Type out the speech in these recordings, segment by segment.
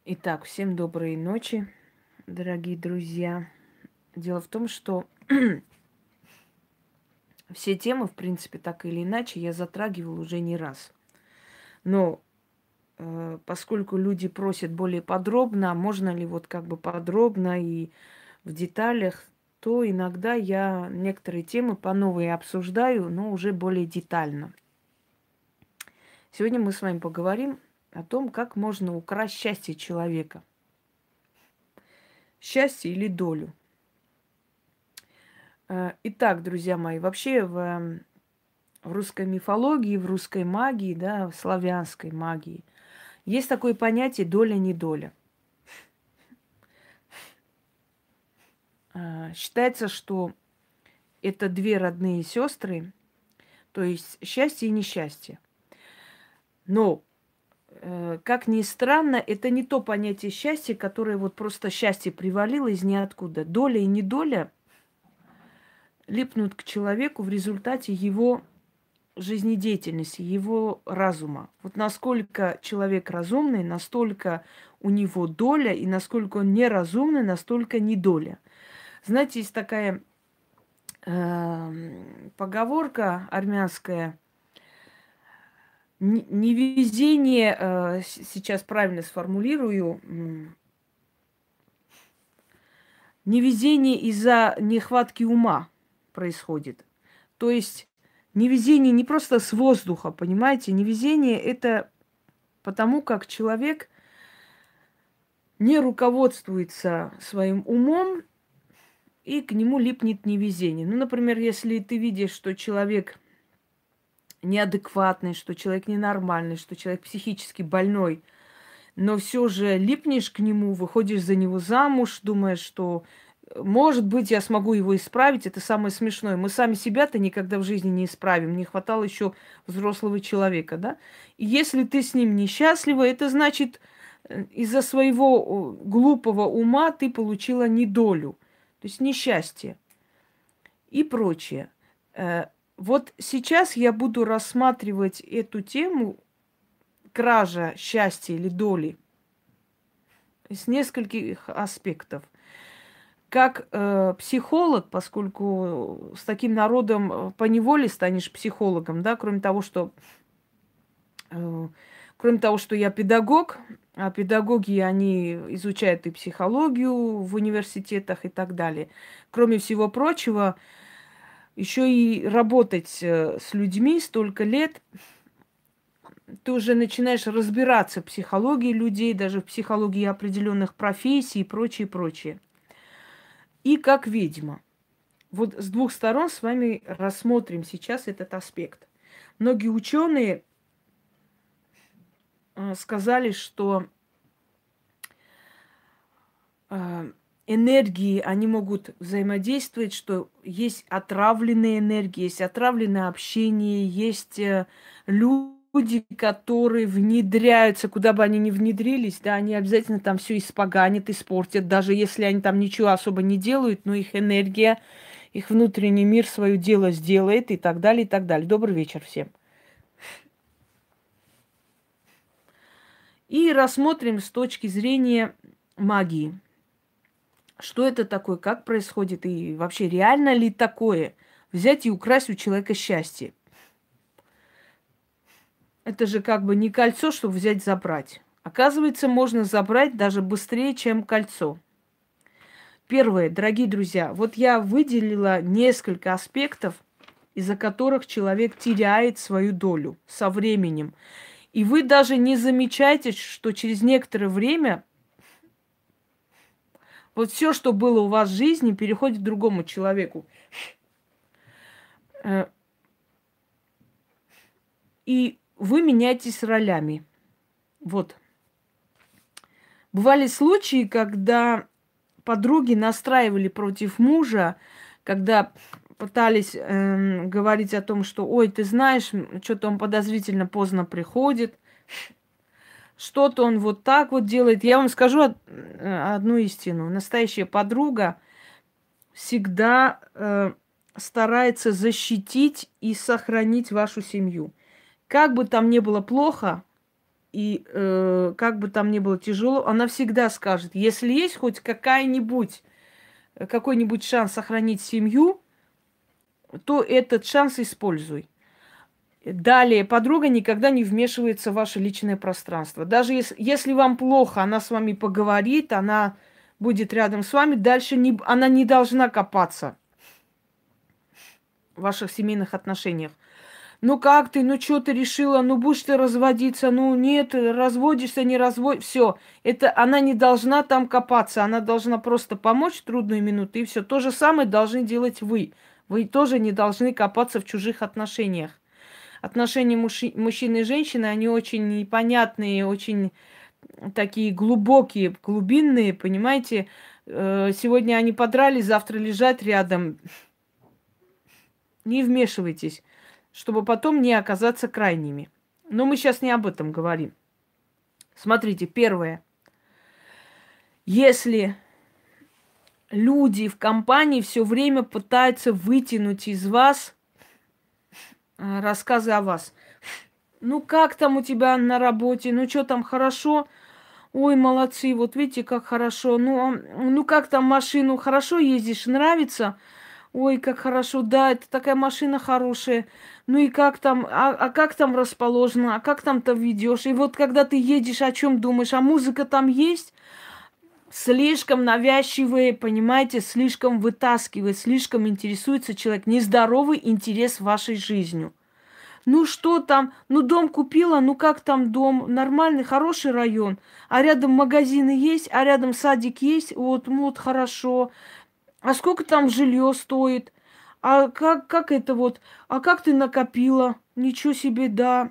Итак, всем доброй ночи, дорогие друзья. Дело в том, что все темы, в принципе, так или иначе, я затрагивала уже не раз. Но поскольку люди просят более подробно, а можно ли вот как бы подробно и в деталях, то иногда я некоторые темы по новой обсуждаю, но уже более детально. Сегодня мы с вами поговорим о том, как можно украсть счастье человека. Счастье или долю. Итак, друзья мои, вообще в русской мифологии, в русской магии, да, в славянской магии есть такое понятие доля-недоля. Считается, что это две родные сестры, то есть счастье и несчастье. Но, как ни странно, это не то понятие счастья, которое вот просто счастье привалило из ниоткуда. Доля и недоля липнут к человеку в результате его жизнедеятельности, его разума. Вот насколько человек разумный, настолько у него доля, и насколько он неразумный, настолько недоля. Знаете, есть такая поговорка армянская. Невезение, сейчас правильно сформулирую, невезение из-за нехватки ума происходит. То есть невезение не просто с воздуха, понимаете? Невезение это потому, как человек не руководствуется своим умом, и к нему липнет невезение. Ну, например, если ты видишь, что человек неадекватный, что человек ненормальный, что человек психически больной, но все же липнешь к нему, выходишь за него замуж, думаешь, что, может быть, я смогу его исправить. Это самое смешное. Мы сами себя-то никогда в жизни не исправим. Не хватало еще взрослого человека, да? И если ты с ним несчастлива, это значит, из-за своего глупого ума ты получила недолю, то есть несчастье и прочее. Вот сейчас я буду рассматривать эту тему кража счастья или доли с нескольких аспектов. Как психолог, поскольку с таким народом поневоле станешь психологом, да, э, кроме того, что я педагог, а педагоги, они изучают и психологию в университетах и так далее. Кроме всего прочего, еще и работать с людьми столько лет, ты уже начинаешь разбираться в психологии людей, даже в психологии определенных профессий и прочее, прочее. И как ведьма. Вот с двух сторон с вами рассмотрим сейчас этот аспект. Многие ученые сказали, что энергии, они могут взаимодействовать, что есть отравленные энергии, есть отравленное общение, есть люди, которые внедряются, куда бы они ни внедрились, да, они обязательно там все испоганят, испортят, даже если они там ничего особо не делают, но их энергия, их внутренний мир свое дело сделает и так далее, и так далее. Добрый вечер всем. И рассмотрим с точки зрения магии. Что это такое, как происходит и вообще реально ли такое взять и украсть у человека счастье? Это же как бы не кольцо, чтобы взять забрать. Оказывается, можно забрать даже быстрее, чем кольцо. Первое, дорогие друзья, вот я выделила несколько аспектов, из-за которых человек теряет свою долю со временем. И вы даже не замечаете, что через некоторое время вот все, что было у вас в жизни, переходит к другому человеку. Э, И вы меняетесь ролями. Вот. Бывали случаи, когда подруги настраивали против мужа, когда пытались говорить о том, что, ой, ты знаешь, что-то он подозрительно поздно приходит, что-то он вот так вот делает. Я вам скажу одну истину. Настоящая подруга всегда старается защитить и сохранить вашу семью. Как бы там ни было плохо, и как бы там ни было тяжело, она всегда скажет, если есть хоть какой-нибудь шанс сохранить семью, то этот шанс используй. Далее, подруга никогда не вмешивается в ваше личное пространство. Даже если вам плохо, она с вами поговорит, она будет рядом с вами, дальше она не должна копаться в ваших семейных отношениях. Ну как ты, ну что ты решила, ну будешь ты разводиться, ну нет, разводишься, не разводишься, все. Это она не должна там копаться, она должна просто помочь в трудную минуту, и все. То же самое должны делать вы. Вы тоже не должны копаться в чужих отношениях. Отношения мужчины и женщины, они очень непонятные, очень такие глубокие, глубинные, понимаете. Сегодня они подрались, завтра лежать рядом. Не вмешивайтесь, чтобы потом не оказаться крайними. Но мы сейчас не об этом говорим. Смотрите, первое. Если люди в компании все время пытаются вытянуть из вас рассказы о вас. Ну, как там у тебя на работе? Ну, что там, хорошо? Ой, молодцы, вот видите, как хорошо. Ну как там машину? Хорошо ездишь? Нравится? Ой, как хорошо, да, это такая машина хорошая. Ну и как там, а как там расположено, а как там-то ведешь? И вот когда ты едешь, о чем думаешь? А музыка там есть? Слишком навязчивые, понимаете, слишком вытаскивает, слишком интересуется человек. Нездоровый интерес вашей жизнью. Ну что там? Ну дом купила, ну как там дом? Нормальный, хороший район. А рядом магазины есть, а рядом садик есть. Вот, ну вот хорошо. А сколько там жилье стоит? А как это вот? А как ты накопила? Ничего себе, да.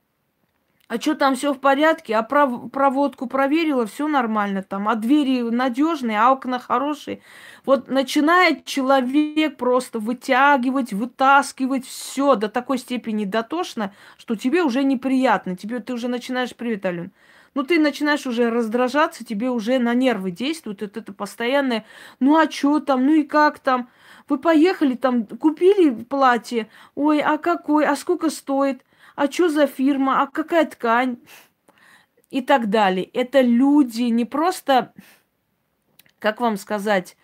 А что там все в порядке? А проводку проверила, все нормально там. А двери надежные, а окна хорошие. Вот начинает человек просто вытягивать, вытаскивать все до такой степени дотошно, что тебе уже неприятно. Ты уже начинаешь, привет, Ален. Ну, ты начинаешь уже раздражаться, тебе уже на нервы действует это постоянное. Ну, а что там? Ну и как там? Вы поехали там, купили платье? Ой, а какой? А сколько стоит? А что за фирма, а какая ткань и так далее. Это люди не просто, как вам сказать,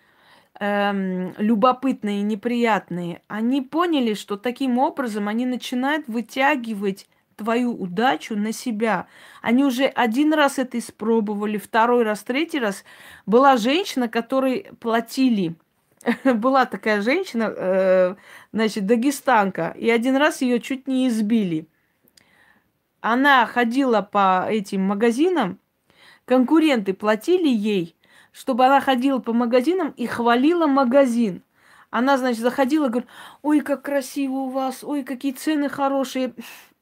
любопытные, неприятные. Они поняли, что таким образом они начинают вытягивать твою удачу на себя. Они уже один раз это испробовали, второй раз, третий раз. Была женщина, которой платили. Была такая женщина, значит, дагестанка, и один раз ее чуть не избили. Она ходила по этим магазинам, конкуренты платили ей, чтобы она ходила по магазинам и хвалила магазин. Она, значит, заходила и говорит, ой, как красиво у вас, ой, какие цены хорошие.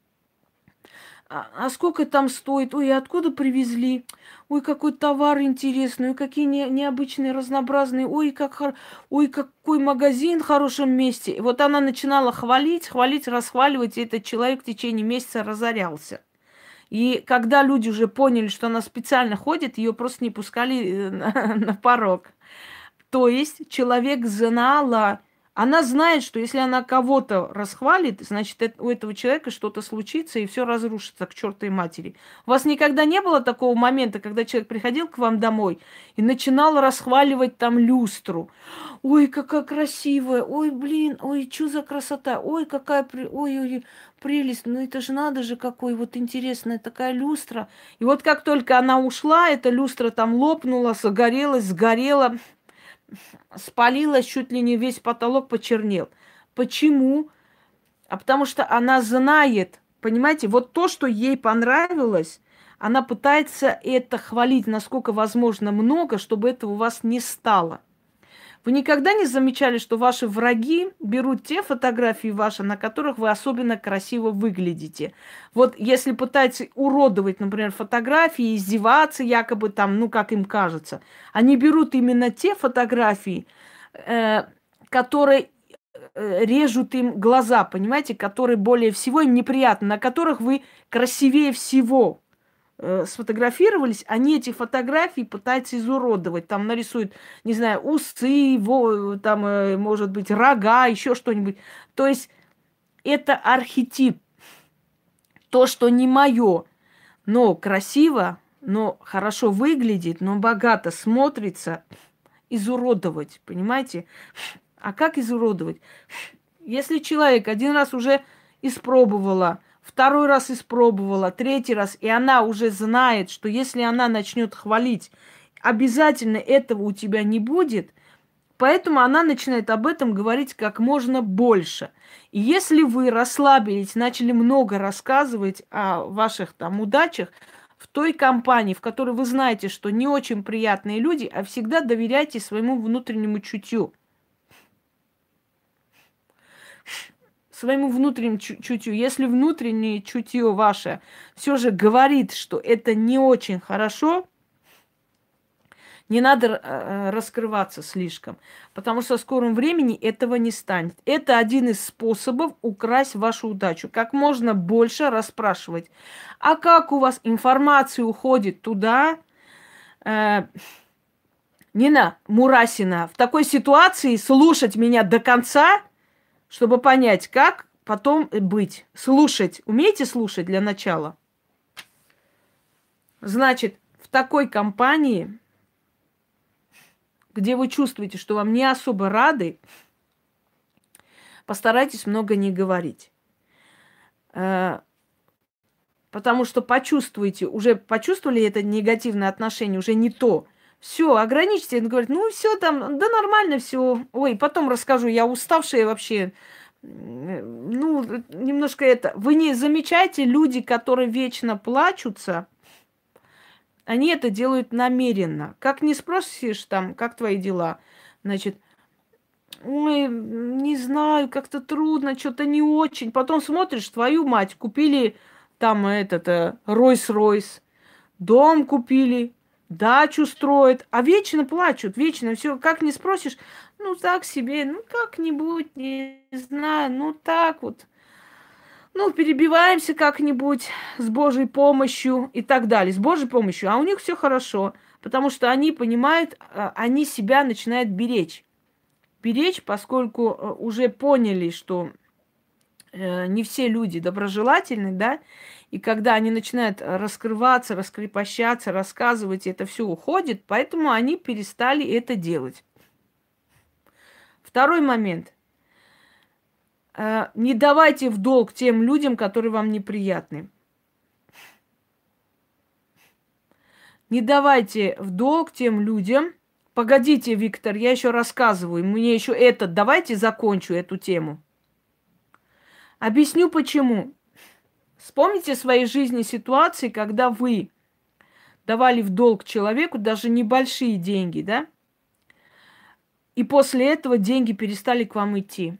А сколько там стоит? Ой, откуда привезли? Ой, какой товар интересный, ой, какие необычные, разнообразные. Ой, какой магазин в хорошем месте. И вот она начинала хвалить, расхваливать, и этот человек в течение месяца разорялся. И когда люди уже поняли, что она специально ходит, ее просто не пускали на порог. То есть человек знала, она знает, что если она кого-то расхвалит, значит, у этого человека что-то случится, и все разрушится к чертовой матери. У вас никогда не было такого момента, когда человек приходил к вам домой и начинал расхваливать там люстру? Ой, какая красивая, ой, блин, ой, что за красота, ой, ой, прелесть, ну это же надо же, какой вот интересная такая люстра. И вот как только она ушла, эта люстра там лопнула, загорелась, сгорела, спалилась, чуть ли не весь потолок почернел. Почему? А потому что она знает, понимаете, вот то, что ей понравилось, она пытается это хвалить, насколько возможно много, чтобы этого у вас не стало. Вы никогда не замечали, что ваши враги берут те фотографии ваши, на которых вы особенно красиво выглядите? Вот если пытаются уродовать, например, фотографии, издеваться якобы там, ну, как им кажется, они берут именно те фотографии, которые режут им глаза, понимаете, которые более всего им неприятны, на которых вы красивее всего сфотографировались, они эти фотографии пытаются изуродовать. Там нарисуют, не знаю, усы, там, может быть, рога, еще что-нибудь. То есть это архетип. То, что не мое. но красиво, но хорошо выглядит, но богато смотрится, изуродовать, понимаете? А как изуродовать? Если человек один раз уже испробовала, второй раз испробовала, третий раз, и она уже знает, что если она начнет хвалить, обязательно этого у тебя не будет, поэтому она начинает об этом говорить как можно больше. И если вы расслабились, начали много рассказывать о ваших там удачах, в той компании, в которой вы знаете, что не очень приятные люди, а всегда доверяйте своему внутреннему чутью. Своему внутреннему чутью. Если внутреннее чутье ваше все же говорит, что это не очень хорошо, не надо раскрываться слишком, потому что в скором времени этого не станет. Это один из способов украсть вашу удачу. Как можно больше расспрашивать. А как у вас информация уходит туда? Нина Мурасина, в такой ситуации слушать меня до конца, чтобы понять, как потом быть. Слушать. Умеете слушать для начала? Значит, в такой компании, где вы чувствуете, что вам не особо рады, постарайтесь много не говорить. Потому что уже почувствовали это негативное отношение, уже не то. Все, ограничьте. Он говорит, ну все там, да нормально все. Ой, потом расскажу, я уставшая вообще. Ну, немножко это. Вы не замечаете, люди, которые вечно плачутся, они это делают намеренно. Как не спросишь там, как твои дела, значит, ой, не знаю, как-то трудно, что-то не очень. Потом смотришь, твою мать, купили там Ройс-Ройс, дом купили, дачу строят, а вечно плачут, вечно все. Как не спросишь, ну так себе, ну как-нибудь, не знаю, ну так вот. Ну, перебиваемся как-нибудь с Божьей помощью и так далее. С Божьей помощью. А у них все хорошо, потому что они понимают, они себя начинают беречь. Беречь, поскольку уже поняли, что не все люди доброжелательны, да, и когда они начинают раскрываться, раскрепощаться, рассказывать, это все уходит, поэтому они перестали это делать. Второй момент. Не давайте в долг тем людям, которые вам неприятны. Не давайте в долг тем людям. Погодите, Виктор, я еще рассказываю. Мне еще давайте закончу эту тему. Объясню почему. Вспомните в своей жизни ситуации, когда вы давали в долг человеку даже небольшие деньги, да? И после этого деньги перестали к вам идти.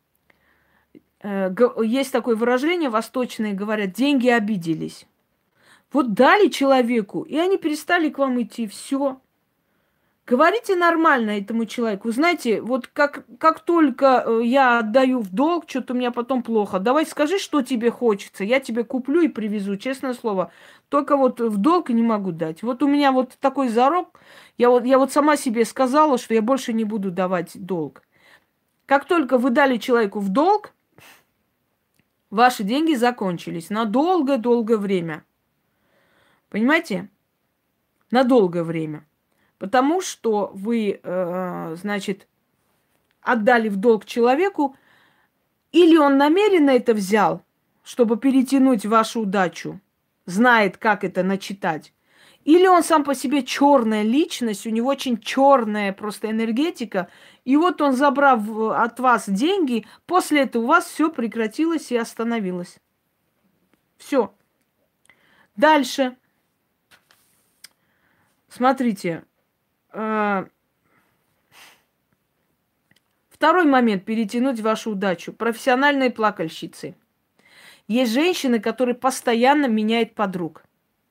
Есть такое выражение восточное, говорят, деньги обиделись. Вот дали человеку, и они перестали к вам идти. Все. Говорите нормально этому человеку. Вы знаете, вот как только я отдаю в долг, что-то у меня потом плохо. Давай скажи, что тебе хочется. Я тебе куплю и привезу, честное слово. Только вот в долг не могу дать. Вот у меня вот такой зарок. Я вот сама себе сказала, что я больше не буду давать долг. Как только вы дали человеку в долг, ваши деньги закончились на долгое-долгое время. Понимаете? На долгое время. Потому что вы, значит, отдали в долг человеку, или он намеренно это взял, чтобы перетянуть вашу удачу, знает, как это начитать, или он сам по себе черная личность, у него очень черная просто энергетика, и вот он, забрав от вас деньги, после этого у вас все прекратилось и остановилось. Все. Дальше. Смотрите. Второй момент – перетянуть вашу удачу. Профессиональные плакальщицы. Есть женщины, которые постоянно меняют подруг.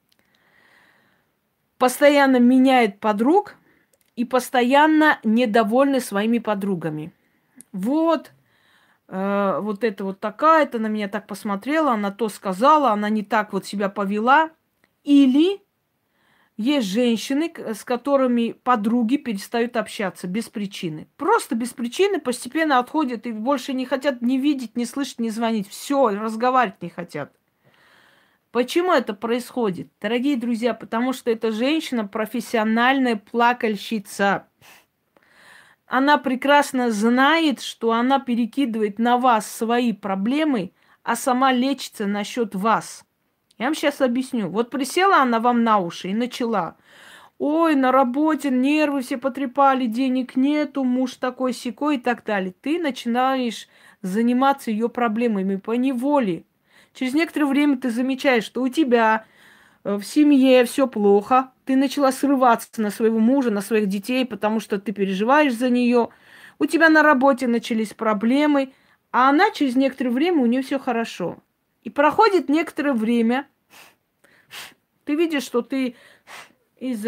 Постоянно меняют подруг и постоянно недовольны своими подругами. Вот это вот такая-то, на меня так посмотрела, она то сказала, она не так вот себя повела. Или есть женщины, с которыми подруги перестают общаться без причины. Просто без причины постепенно отходят и больше не хотят ни видеть, ни слышать, ни звонить. Все, разговаривать не хотят. Почему это происходит? Дорогие друзья, потому что эта женщина профессиональная плакальщица. Она прекрасно знает, что она перекидывает на вас свои проблемы, а сама лечится насчет вас. Я вам сейчас объясню. Вот присела она вам на уши и начала. Ой, на работе нервы все потрепали, денег нету, муж такой сякой и так далее. Ты начинаешь заниматься ее проблемами по неволе. Через некоторое время ты замечаешь, что у тебя в семье все плохо. Ты начала срываться на своего мужа, на своих детей, потому что ты переживаешь за нее. У тебя на работе начались проблемы, а она через некоторое время, у нее все хорошо. И проходит некоторое время, ты видишь, что ты из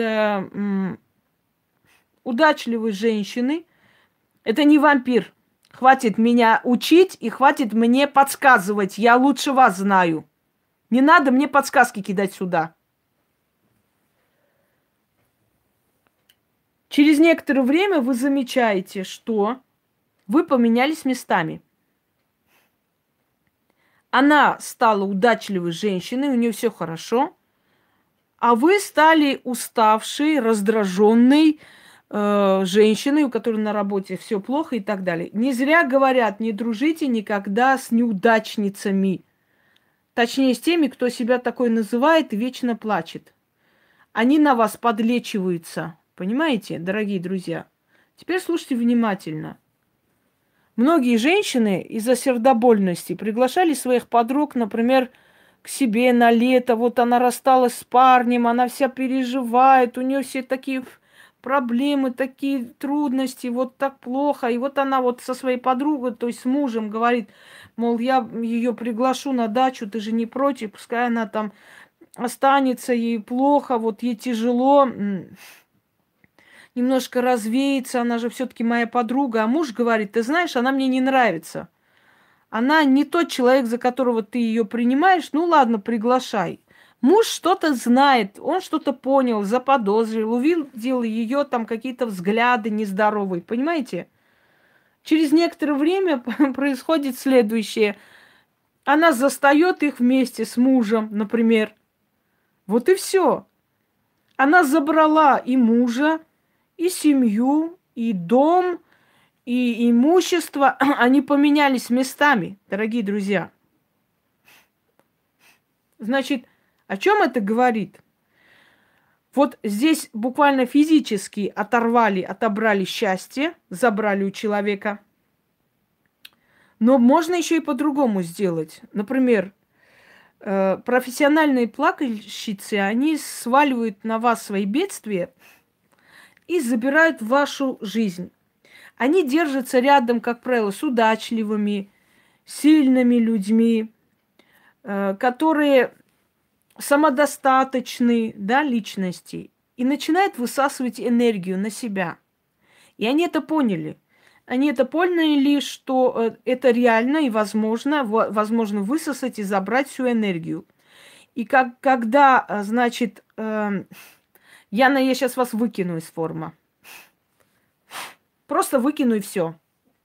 удачливой женщины, это не вампир. Хватит меня учить и хватит мне подсказывать. Я лучше вас знаю. Не надо мне подсказки кидать сюда. Через некоторое время вы замечаете, что вы поменялись местами. Она стала удачливой женщиной, у нее все хорошо, а вы стали уставшей, раздраженной женщиной, у которой на работе все плохо и так далее. Не зря говорят, не дружите никогда с неудачницами. Точнее, с теми, кто себя такой называет и вечно плачет. Они на вас подлечиваются. Понимаете, дорогие друзья? Теперь слушайте внимательно. Многие женщины из-за сердобольности приглашали своих подруг, например, к себе на лето. Вот она рассталась с парнем, она вся переживает, у нее все такие проблемы, такие трудности, вот так плохо. И вот она вот со своей подругой, то есть с мужем, говорит, мол, я ее приглашу на дачу, ты же не против, пускай она там останется, ей плохо, вот ей тяжело, немножко развеется, она же все-таки моя подруга. А муж говорит, ты знаешь, она мне не нравится. Она не тот человек, за которого ты ее принимаешь, ну ладно, приглашай. Муж что-то знает, он что-то понял, заподозрил, увидел ее там какие-то взгляды нездоровые, понимаете? Через некоторое время происходит следующее. Она застает их вместе с мужем, например. Вот и все. Она забрала и мужа, и семью, и дом, и имущество. Они поменялись местами, дорогие друзья. Значит, о чем это говорит? Вот здесь буквально физически оторвали, отобрали счастье, забрали у человека. Но можно еще и по-другому сделать. Например, профессиональные плакальщицы, они сваливают на вас свои бедствия и забирают вашу жизнь. Они держатся рядом, как правило, с удачливыми, сильными людьми, которые самодостаточны, да, личности, и начинают высасывать энергию на себя. И они это поняли. Они это поняли, что это реально и возможно высосать и забрать всю энергию. И когда, значит, Яна, я сейчас вас выкину из формы. Просто выкину и все.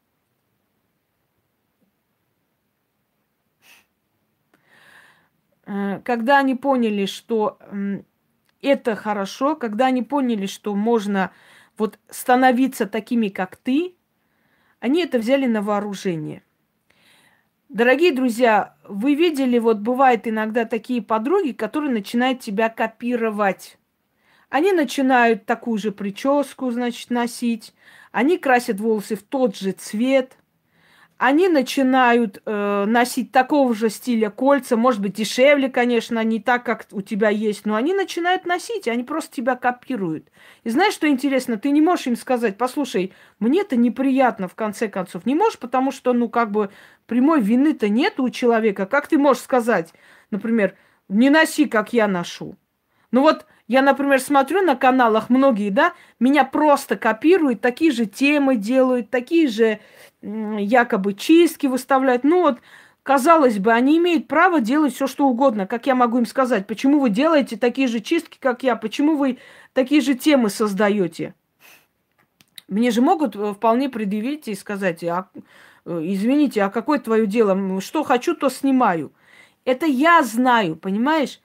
Когда они поняли, что это хорошо, когда они поняли, что можно вот становиться такими, как ты, они это взяли на вооружение. Дорогие друзья, вы видели, вот бывают иногда такие подруги, которые начинают тебя копировать. Они начинают такую же прическу, значит, носить. Они красят волосы в тот же цвет. Они начинают носить такого же стиля кольца, может быть, дешевле, конечно, не так, как у тебя есть, но они начинают носить, они просто тебя копируют. И знаешь, что интересно? Ты не можешь им сказать, послушай, мне это неприятно, в конце концов. Не можешь, потому что, ну, как бы, прямой вины-то нет у человека. Как ты можешь сказать, например, не носи, как я ношу? Ну вот, я, например, смотрю на каналах многие, да, меня просто копируют, такие же темы делают, такие же якобы чистки выставляют. Ну вот, казалось бы, они имеют право делать все, что угодно. Как я могу им сказать, почему вы делаете такие же чистки, как я? Почему вы такие же темы создаете? Мне же могут вполне предъявить и сказать, извините, а какое твое дело? Что хочу, то снимаю. Это я знаю, понимаешь?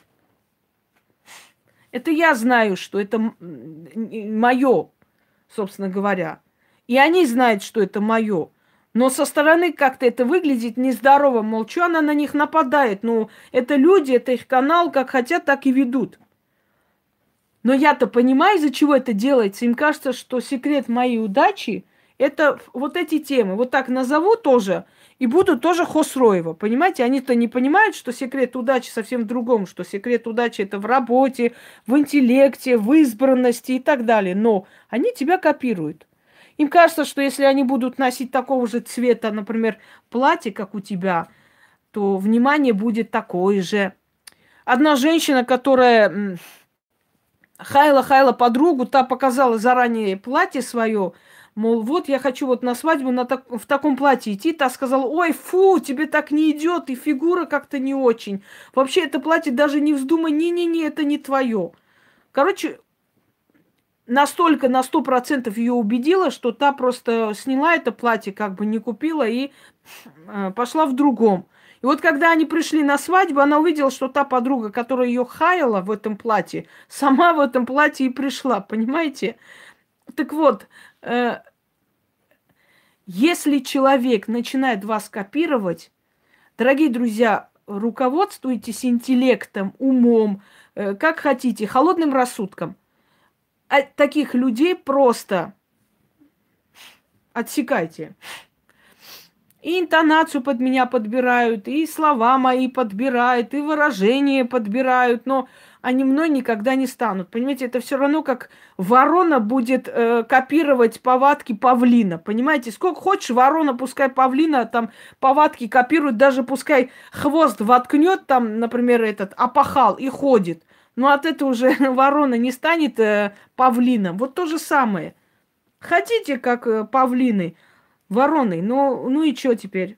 Это я знаю, что это мое, собственно говоря. И они знают, что это мое. Но со стороны как-то это выглядит нездорово. Мол, что она на них нападает? Ну, это люди, это их канал, как хотят, так и ведут. Но я-то понимаю, из-за чего это делается. Им кажется, что секрет моей удачи – это вот эти темы. Вот так назову тоже, и буду тоже Хосроева. Понимаете, они-то не понимают, что секрет удачи совсем в другом, что секрет удачи – это в работе, в интеллекте, в избранности и так далее. Но они тебя копируют. Им кажется, что если они будут носить такого же цвета, например, платье, как у тебя, то внимание будет такое же. Одна женщина, которая хаяла подругу, та показала заранее платье свое, мол, вот я хочу вот на свадьбу в таком платье идти. Та сказала: ой, фу, тебе так не идет, и фигура как-то не очень. Вообще это платье даже не вздумай, не-не-не, это не твое. Короче, настолько на 100% ее убедила, что та просто сняла это платье, как бы не купила и пошла в другом. И вот когда они пришли на свадьбу, она увидела, что та подруга, которая ее хаяла в этом платье, сама в этом платье и пришла, понимаете? Так вот, если человек начинает вас копировать, дорогие друзья, руководствуйтесь интеллектом, умом, как хотите, холодным рассудком. А таких людей просто отсекайте. И интонацию под меня подбирают, и слова мои подбирают, и выражения подбирают, но они мной никогда не станут. Понимаете, это все равно как ворона будет копировать повадки павлина. Понимаете, сколько хочешь, ворона, пускай павлина там повадки копирует, даже пускай хвост воткнет там, например, этот опахал и ходит. Но от этого уже ворона не станет павлином. Вот то же самое. Хотите, как павлины, вороны, ну и что теперь?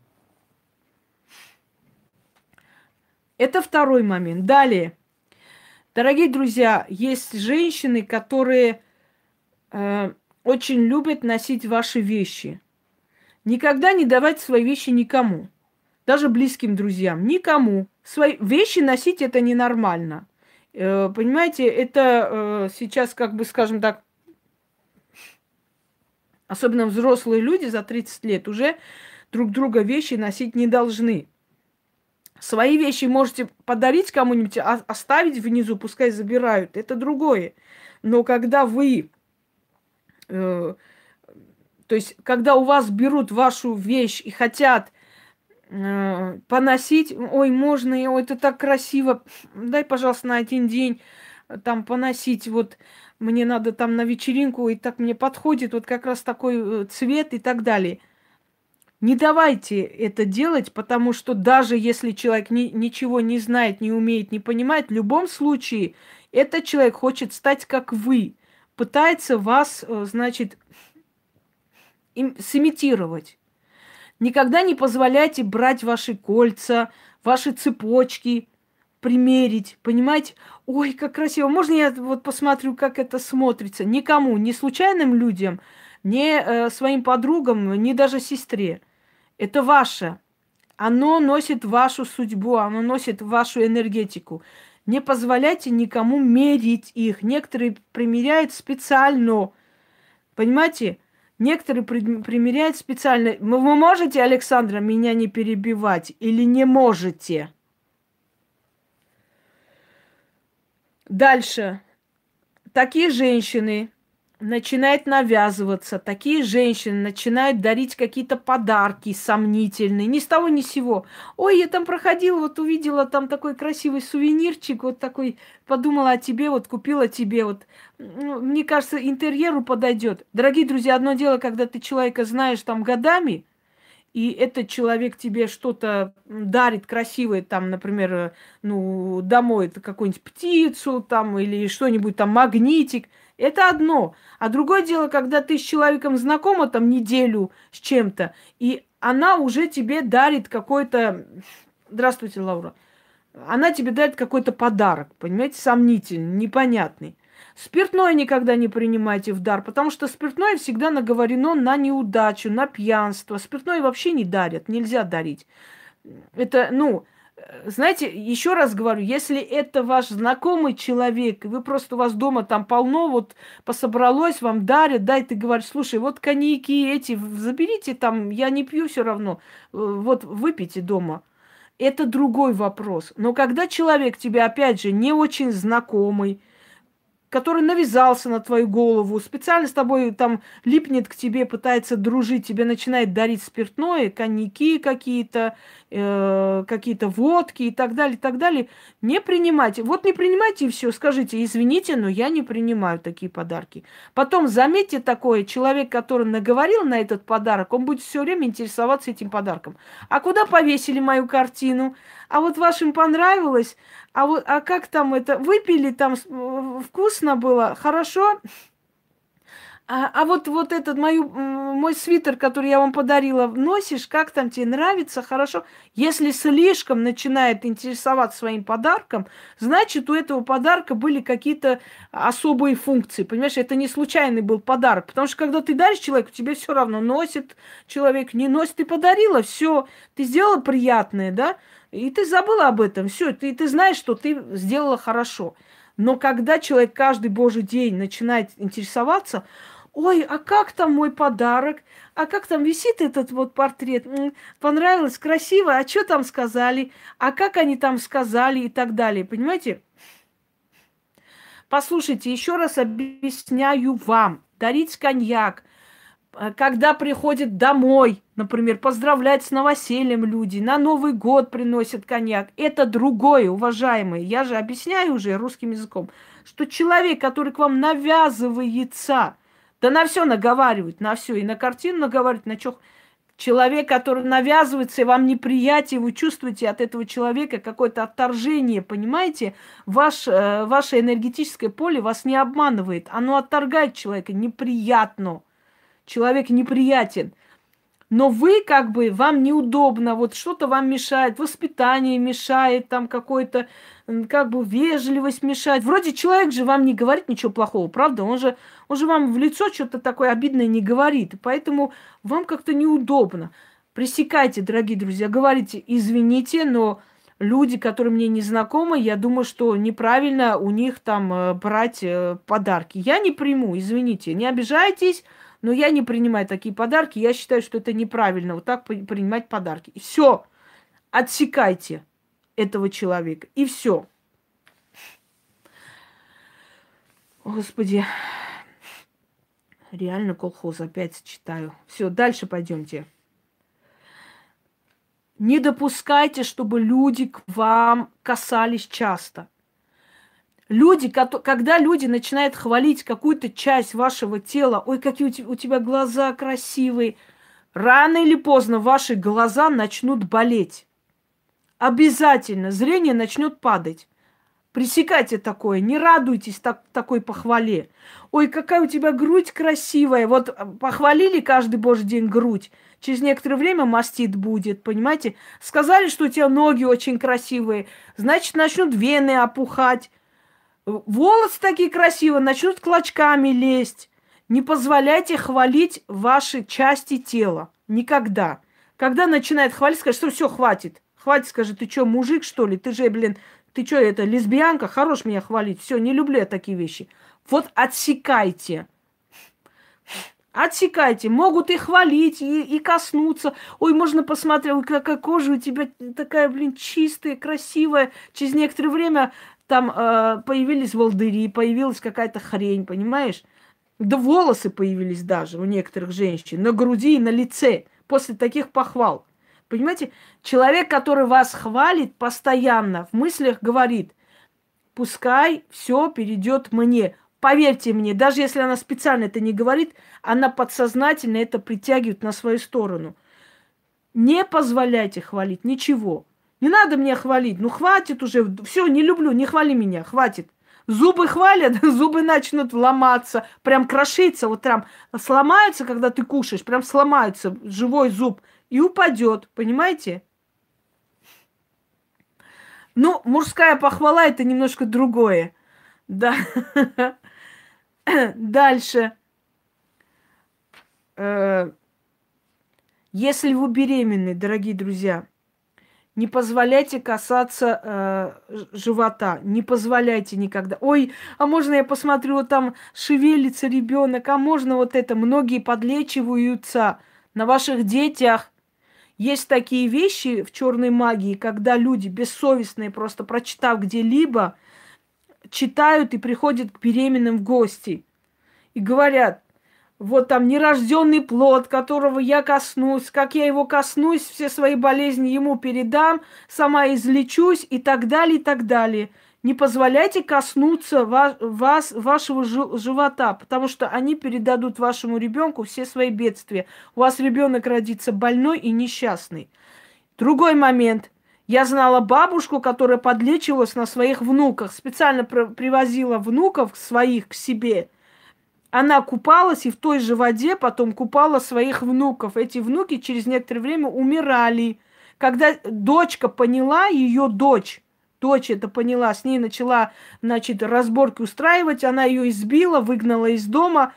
Это второй момент. Далее. Дорогие друзья, есть женщины, которые очень любят носить ваши вещи. Никогда не давать свои вещи никому. Даже близким друзьям. Никому. Свои вещи носить это ненормально. Понимаете, это сейчас, как бы, скажем так, особенно взрослые люди за 30 лет уже друг друга вещи носить не должны. Свои вещи можете подарить кому-нибудь, оставить внизу, пускай забирают. Это другое. Но когда вы... то есть, когда у вас берут вашу вещь и хотят поносить, ой, можно, ой, это так красиво, дай, пожалуйста, на один день там поносить, вот мне надо там на вечеринку, и так мне подходит вот как раз такой цвет и так далее. Не давайте это делать, потому что даже если человек ничего не знает, не умеет, не понимает, в любом случае этот человек хочет стать как вы, пытается вас, значит, сымитировать. Никогда не позволяйте брать ваши кольца, ваши цепочки, примерить, понимаете? Ой, как красиво. Можно я вот посмотрю, как это смотрится? Никому, ни случайным людям, ни своим подругам, ни даже сестре. Это ваше. Оно носит вашу судьбу, оно носит вашу энергетику. Не позволяйте никому мерить их. Некоторые примеряют специально. Понимаете? Некоторые примеряют специально. Вы можете, Александра, меня не перебивать или не можете? Дальше. Такие женщины начинают навязываться, такие женщины начинают дарить какие-то подарки сомнительные, ни с того ни с сего. Ой, я там проходила, вот увидела там такой красивый сувенирчик, вот такой, подумала о тебе, вот купила тебе, вот, ну, мне кажется, интерьеру подойдет. Дорогие друзья, одно дело, когда ты человека знаешь там годами, и этот человек тебе что-то дарит красивое, там, например, ну, домой это какую-нибудь птицу там или что-нибудь там, магнитик. Это одно. А другое дело, когда ты с человеком знакома там неделю с чем-то, и она уже тебе дарит какой-то... Здравствуйте, Лаура. Она тебе дарит какой-то подарок, понимаете, сомнительный, непонятный. Спиртное никогда не принимайте в дар, потому что спиртное всегда наговорено на неудачу, на пьянство. Спиртное вообще не дарят, нельзя дарить. Это, ну, Знаете, еще раз говорю, если это ваш знакомый человек, и вы просто у вас дома там полно, вот пособралось, вам дарят, дай ты говоришь, слушай, вот коньяки эти, заберите там, я не пью все равно, вот выпейте дома. Это другой вопрос. Но когда человек тебе, опять же, не очень знакомый, который навязался на твою голову, специально с тобой там липнет к тебе, пытается дружить, тебе начинает дарить спиртное, коньяки какие-то, какие-то водки и так далее, и так далее. Не принимайте. Вот не принимайте и все. Скажите, извините, но я не принимаю такие подарки. Потом заметьте такое, человек, который наговорил на этот подарок, он будет все время интересоваться этим подарком. А куда повесили мою картину? А вот вашим понравилось? А вот, а как там это? Выпили там, вкусно было, хорошо? А вот этот мой свитер, который я вам подарила, носишь, как там тебе нравится, хорошо? Если слишком начинает интересоваться своим подарком, значит, у этого подарка были какие-то особые функции. Понимаешь, это не случайный был подарок. Потому что когда ты даришь человеку, тебе все равно носит человек, не носит. Ты подарила, все, ты сделала приятное, да? И ты забыла об этом. Все, ты знаешь, что ты сделала хорошо. Но когда человек каждый божий день начинает интересоваться, ой, а как там мой подарок? А как там висит этот вот портрет? Понравилось, красиво, а что там сказали? А как они там сказали и так далее, понимаете? Послушайте, еще раз объясняю вам. Дарить коньяк, когда приходят домой, например, поздравлять с новосельем люди, на Новый год приносят коньяк. Это другое, уважаемые. Я же объясняю уже русским языком, что человек, который к вам навязывается, да на все наговаривает, на все, и на картину наговаривает, на что. Человек, который навязывается, и вам неприятие, вы чувствуете от этого человека какое-то отторжение, понимаете? Ваше энергетическое поле вас не обманывает. Оно отторгает человека, неприятно. Человек неприятен. Но вы как бы, вам неудобно, вот что-то вам мешает, воспитание мешает, там какой-то, как бы вежливость мешает. Вроде человек же вам не говорит ничего плохого, правда? Он же вам в лицо что-то такое обидное не говорит. Поэтому вам как-то неудобно. Пресекайте, дорогие друзья, говорите, извините, но люди, которые мне не знакомы, я думаю, что неправильно у них там брать подарки. Я не приму, извините, не обижайтесь. Но я не принимаю такие подарки. Я считаю, что это неправильно вот так принимать подарки. И все. Отсекайте этого человека. И все. Господи. Реально колхоз опять читаю. Все, дальше пойдемте. Не допускайте, чтобы люди к вам касались часто. Люди, когда люди начинают хвалить какую-то часть вашего тела, ой, какие у тебя глаза красивые, рано или поздно ваши глаза начнут болеть. Обязательно зрение начнет падать. Пресекайте такое, не радуйтесь такой похвале. Ой, какая у тебя грудь красивая. Вот похвалили каждый божий день грудь. Через некоторое время мастит будет, понимаете? Сказали, что у тебя ноги очень красивые, значит, начнут вены опухать. Волосы такие красивые, начнут клочками лезть. Не позволяйте хвалить ваши части тела. Никогда. Когда начинает хвалить, скажет, что все, хватит. Хватит, скажет, ты что, мужик, что ли? Ты же, блин, ты что, это, лесбиянка? Хорош меня хвалить. Все, не люблю я такие вещи. Вот отсекайте. Отсекайте. Могут и хвалить, и коснуться. Ой, можно посмотреть, ой, какая кожа у тебя такая, блин, чистая, красивая. Через некоторое время там появились волдыри, появилась какая-то хрень, понимаешь? Да волосы появились даже у некоторых женщин на груди и на лице после таких похвал. Понимаете, человек, который вас хвалит постоянно, в мыслях говорит, пускай все перейдет мне. Поверьте мне, даже если она специально это не говорит, она подсознательно это притягивает на свою сторону. Не позволяйте хвалить ничего. Не надо меня хвалить. Ну, хватит уже. Все, не люблю, не хвали меня, хватит. Зубы хвалят, зубы начнут ломаться, прям крошиться, вот прям сломаются, когда ты кушаешь, прям сломаются живой зуб и упадет, понимаете? Ну, мужская похвала это немножко другое. Да. Дальше. Если вы беременны, дорогие друзья, Не позволяйте касаться живота. Не позволяйте никогда. Ой, а можно я посмотрю, вот там шевелится ребенок, а можно вот это. Многие подлечиваются на ваших детях. Есть такие вещи в черной магии, когда люди бессовестные, просто прочитав где-либо, читают и приходят к беременным в гости. И говорят, вот там нерожденный плод, которого я коснусь, как я его коснусь, все свои болезни ему передам, сама излечусь и так далее, и так далее. Не позволяйте коснуться вашего живота, потому что они передадут вашему ребенку все свои бедствия. У вас ребенок родится больной и несчастный. Другой момент. Я знала бабушку, которая подлечивалась на своих внуках, специально привозила внуков своих к себе. Она купалась и в той же воде потом купала своих внуков. Эти внуки через некоторое время умирали. Когда дочка поняла, ее дочь это поняла, с ней начала, значит, разборки устраивать, она ее избила, выгнала из дома,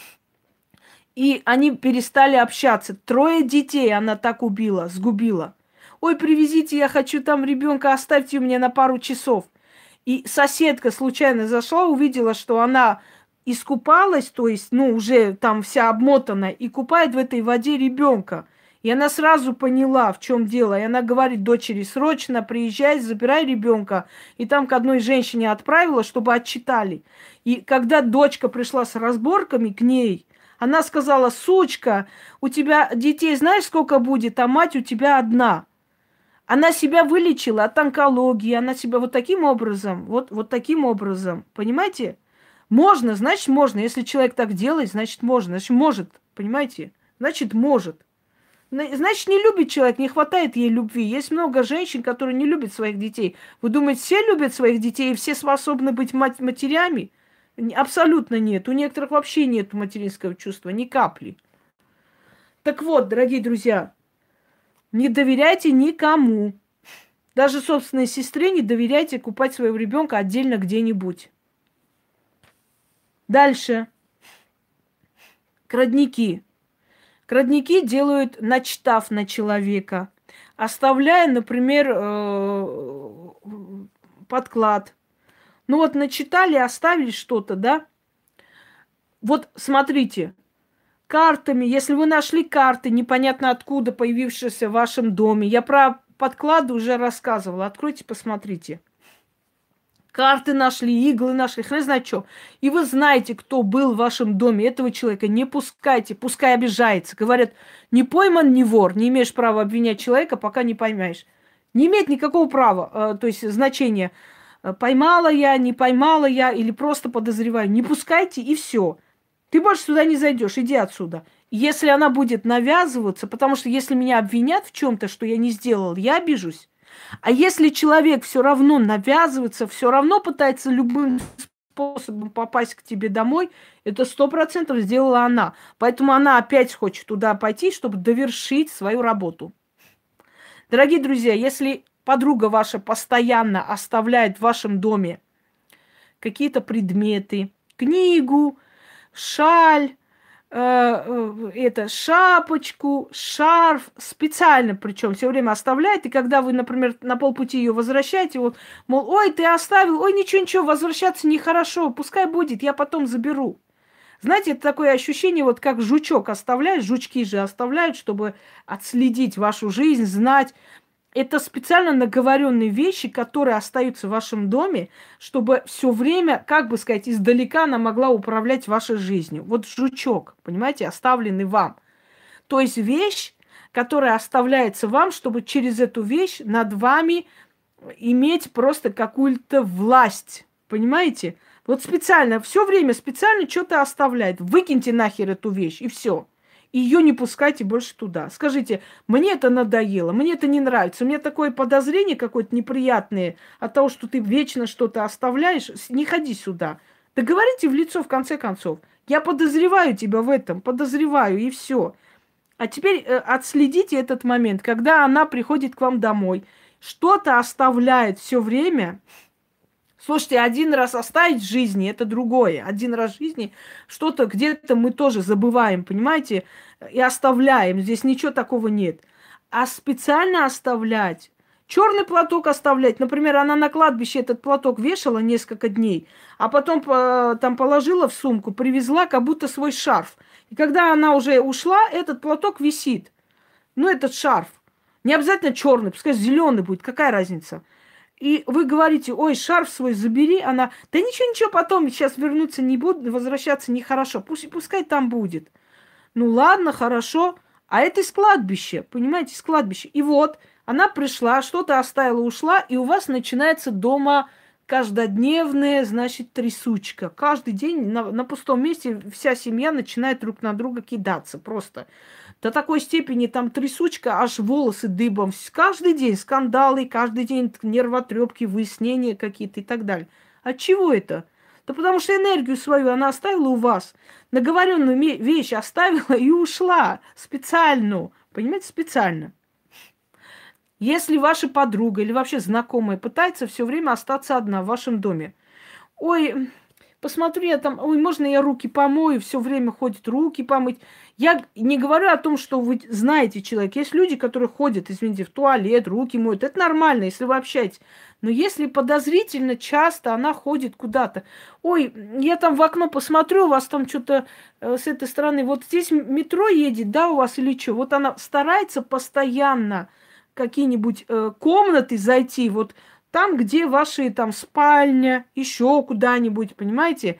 и они перестали общаться. 3 детей она так убила, сгубила. Ой, привезите, я хочу там ребенка, оставьте у меня на пару часов. И соседка случайно зашла, увидела, что она искупалась, то есть, уже там вся обмотанная, и купает в этой воде ребенка. И она сразу поняла, в чем дело. И она говорит дочери: срочно приезжай, забирай ребенка. И там к одной женщине отправила, чтобы отчитали. И когда дочка пришла с разборками к ней, она сказала: сучка, у тебя детей знаешь сколько будет, а мать у тебя одна. Она себя вылечила от онкологии, она себя вот таким образом, вот таким образом, понимаете? Можно, значит можно. Если человек так делает, значит можно, значит может, понимаете? Значит может. Значит, не любит человек, не хватает ей любви. Есть много женщин, которые не любят своих детей. Вы думаете, все любят своих детей и все способны быть матерями? Абсолютно нет. У некоторых вообще нет материнского чувства, ни капли. Так вот, дорогие друзья, не доверяйте никому. Даже собственной сестре не доверяйте купать своего ребенка отдельно где-нибудь. Дальше. Крадники. Крадники делают, начитав на человека, оставляя, например, подклад. Ну вот начитали, оставили что-то, да? Вот смотрите, картами, если вы нашли карты, непонятно откуда появившиеся в вашем доме, я про подклады уже рассказывала, откройте, посмотрите. Карты нашли, иглы нашли, хрен знает что. И вы знаете, кто был в вашем доме. Этого человека не пускайте, пускай обижается. Говорят, не пойман, не вор. Не имеешь права обвинять человека, пока не поймаешь. Не имеет никакого права, то есть значения. Поймала я, не поймала я или просто подозреваю. Не пускайте и все. Ты больше сюда не зайдешь, иди отсюда. Если она будет навязываться, потому что если меня обвинят в чем-то, что я не сделал, я обижусь. А если человек все равно навязывается, все равно пытается любым способом попасть к тебе домой, это 100% сделала она. Поэтому она опять хочет туда пойти, чтобы довершить свою работу. Дорогие друзья, если подруга ваша постоянно оставляет в вашем доме какие-то предметы, книгу, шаль, шапочку, шарф, специально причем все время оставляет, и когда вы, например, на полпути ее возвращаете, вот, мол, ой, ты оставил, ой, ничего, возвращаться нехорошо, пускай будет, я потом заберу. Знаете, это такое ощущение, вот как жучок оставляешь, жучки же оставляют, чтобы отследить вашу жизнь, знать. Это специально наговоренные вещи, которые остаются в вашем доме, чтобы все время, как бы сказать, издалека она могла управлять вашей жизнью. Вот жучок, понимаете, оставленный вам. То есть вещь, которая оставляется вам, чтобы через эту вещь над вами иметь просто какую-то власть. Понимаете? Вот специально, все время специально что-то оставляет. Выкиньте нахер эту вещь, и все. Ее не пускайте больше туда. Скажите, мне это надоело, мне это не нравится, у меня такое подозрение какое-то неприятное от того, что ты вечно что-то оставляешь, не ходи сюда. Да говорите в лицо, в конце концов. Я подозреваю тебя в этом, подозреваю, и все. А теперь отследите этот момент, когда она приходит к вам домой, что-то оставляет все время. Слушайте, один раз оставить в жизни – это другое. Один раз в жизни что-то где-то мы тоже забываем, понимаете, и оставляем. Здесь ничего такого нет. А специально оставлять Черный платок оставлять. Например, она на кладбище этот платок вешала несколько дней, а потом там положила в сумку, привезла как будто свой шарф. И когда она уже ушла, этот платок висит. Ну, этот шарф. Не обязательно черный, пускай зеленый будет, какая разница. И вы говорите, ой, шарф свой забери. Она, да ничего, ничего, потом сейчас вернуться не буду, возвращаться нехорошо. Пускай там будет. Ну ладно, хорошо. А это из кладбища, понимаете, из кладбища. И вот, она пришла, что-то оставила, ушла, и у вас начинается дома каждодневная, значит, трясучка. Каждый день на пустом месте вся семья начинает друг на друга кидаться просто. До такой степени там трясучка, аж волосы дыбом. Каждый день скандалы, каждый день нервотрепки, выяснения какие-то и так далее. От чего это? Да потому что энергию свою она оставила у вас. Наговоренную вещь оставила и ушла. Специально. Понимаете, специально. Если ваша подруга или вообще знакомая пытается все время остаться одна в вашем доме. Ой, посмотри, я там, ой, можно я руки помою? Все время ходит руки помыть. Я не говорю о том, что вы знаете человека. Есть люди, которые ходят, извините, в туалет, руки моют. Это нормально, если вы общаетесь. Но если подозрительно часто она ходит куда-то. Ой, я там в окно посмотрю, у вас там что-то с этой стороны. Вот здесь метро едет, да, у вас или что? Вот она старается постоянно какие-нибудь комнаты зайти. Вот там, где ваши там спальня, еще куда-нибудь, понимаете?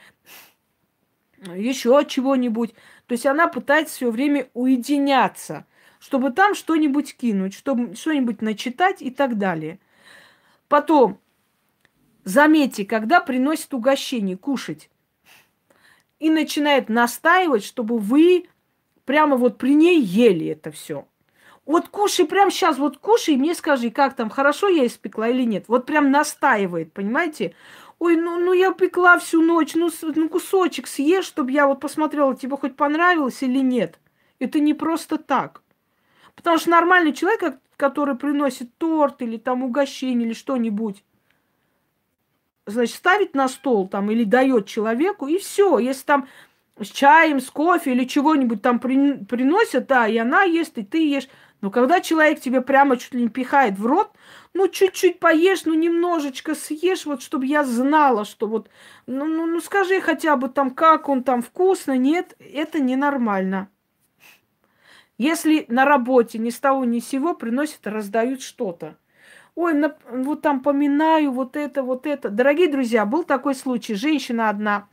Еще от чего-нибудь. То есть она пытается все время уединяться, чтобы там что-нибудь кинуть, чтобы что-нибудь начитать и так далее. Потом, заметьте, когда приносит угощение кушать и начинает настаивать, чтобы вы прямо вот при ней ели это все. Вот кушай прямо сейчас, вот кушай, и мне скажи, как там, хорошо я испекла или нет. Вот прям настаивает, понимаете? Ой, ну я пекла всю ночь, ну кусочек съешь, чтобы я вот посмотрела, тебе хоть понравилось или нет. Это не просто так. Потому что нормальный человек, который приносит торт или там угощение или что-нибудь, значит, ставит на стол там или дает человеку, и все. Если там с чаем, с кофе или чего-нибудь там приносят, да, и она ест, и ты ешь. Но когда человек тебе прямо чуть ли не пихает в рот, ну, чуть-чуть поешь, ну, немножечко съешь, вот, чтобы я знала, что вот, ну, скажи хотя бы там, как он там, вкусно, нет, это ненормально. Если на работе ни с того ни с сего приносят, раздают что-то. Ой, вот там поминаю, вот это, вот это. Дорогие друзья, был такой случай. Женщина одна,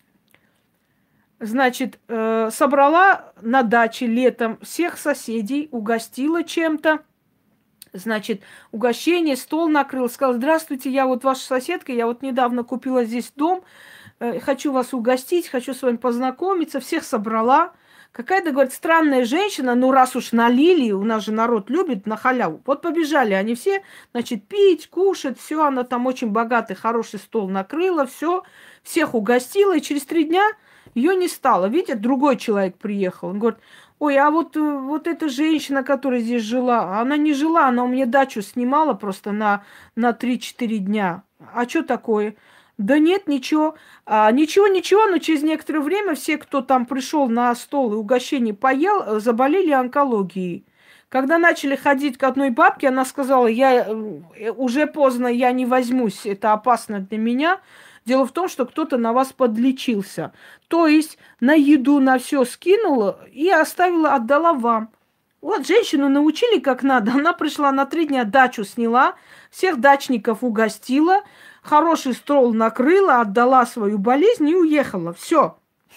значит, собрала на даче летом всех соседей, угостила чем-то. Значит, угощение, стол накрыл, сказал: здравствуйте, я вот ваша соседка, я вот недавно купила здесь дом, хочу вас угостить, хочу с вами познакомиться, всех собрала. Какая-то, говорит, странная женщина, ну раз уж налили, у нас же народ любит на халяву. Вот побежали они все, значит, пить, кушать, все, она там очень богатый, хороший стол накрыла, все, всех угостила, и через 3 дня ее не стало. Видите, другой человек приехал, он говорит: ой, а вот эта женщина, которая здесь жила, она не жила, она у меня дачу снимала просто на 3-4 дня. А что такое? Да нет, ничего. Ничего, но через некоторое время все, кто там пришел на стол и угощение поел, заболели онкологией. Когда начали ходить к одной бабке, она сказала: я уже поздно, я не возьмусь, это опасно для меня. Дело в том, что кто-то на вас подлечился. То есть на еду, на все скинула и оставила, отдала вам. Вот женщину научили как надо. Она пришла на 3 дня, дачу сняла, всех дачников угостила, хороший стол накрыла, отдала свою болезнь и уехала. Все.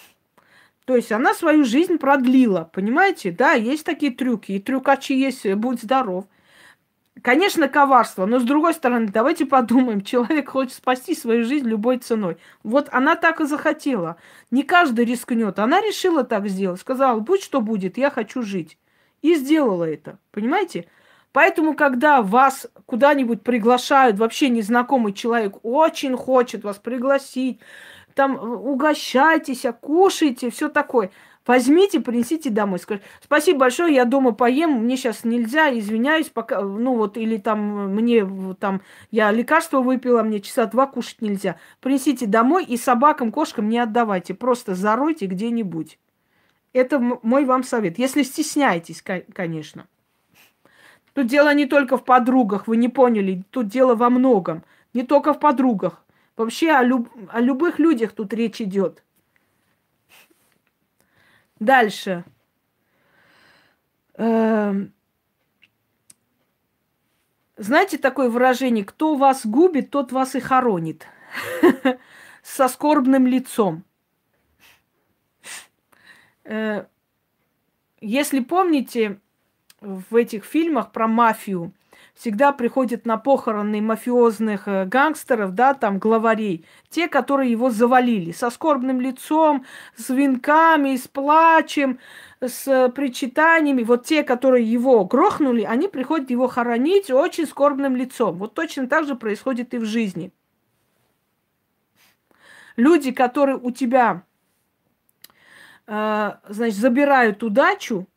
То есть она свою жизнь продлила. Понимаете? Да, есть такие трюки. И трюкачи есть, будь здоров. Конечно, коварство, но с другой стороны, давайте подумаем, человек хочет спасти свою жизнь любой ценой. Вот она так и захотела. Не каждый рискнет. Она решила так сделать. Сказала: будь что будет, я хочу жить. И сделала это. Понимаете? Поэтому, когда вас куда-нибудь приглашают, вообще незнакомый человек очень хочет вас пригласить, там угощайтесь, кушайте, все такое. Возьмите, принесите домой. Скажите: спасибо большое, я дома поем, мне сейчас нельзя, извиняюсь, пока, ну вот, или там мне, там, я лекарство выпила, мне часа 2 кушать нельзя. Принесите домой и собакам, кошкам не отдавайте, просто заройте где-нибудь. Это мой вам совет, если стесняетесь, конечно. Тут дело не только в подругах, вы не поняли. Тут дело во многом. Не только в подругах. Вообще о любых людях тут речь идет. Дальше. Знаете такое выражение: кто вас губит, тот вас и хоронит. Со скорбным лицом. Если помните, в этих фильмах про мафию всегда приходят на похороны мафиозных гангстеров, да, там, главарей, те, которые его завалили, со скорбным лицом, с венками, с плачем, с причитаниями. Вот те, которые его грохнули, они приходят его хоронить очень скорбным лицом. Вот точно так же происходит и в жизни. Люди, которые у тебя, значит, забирают удачу,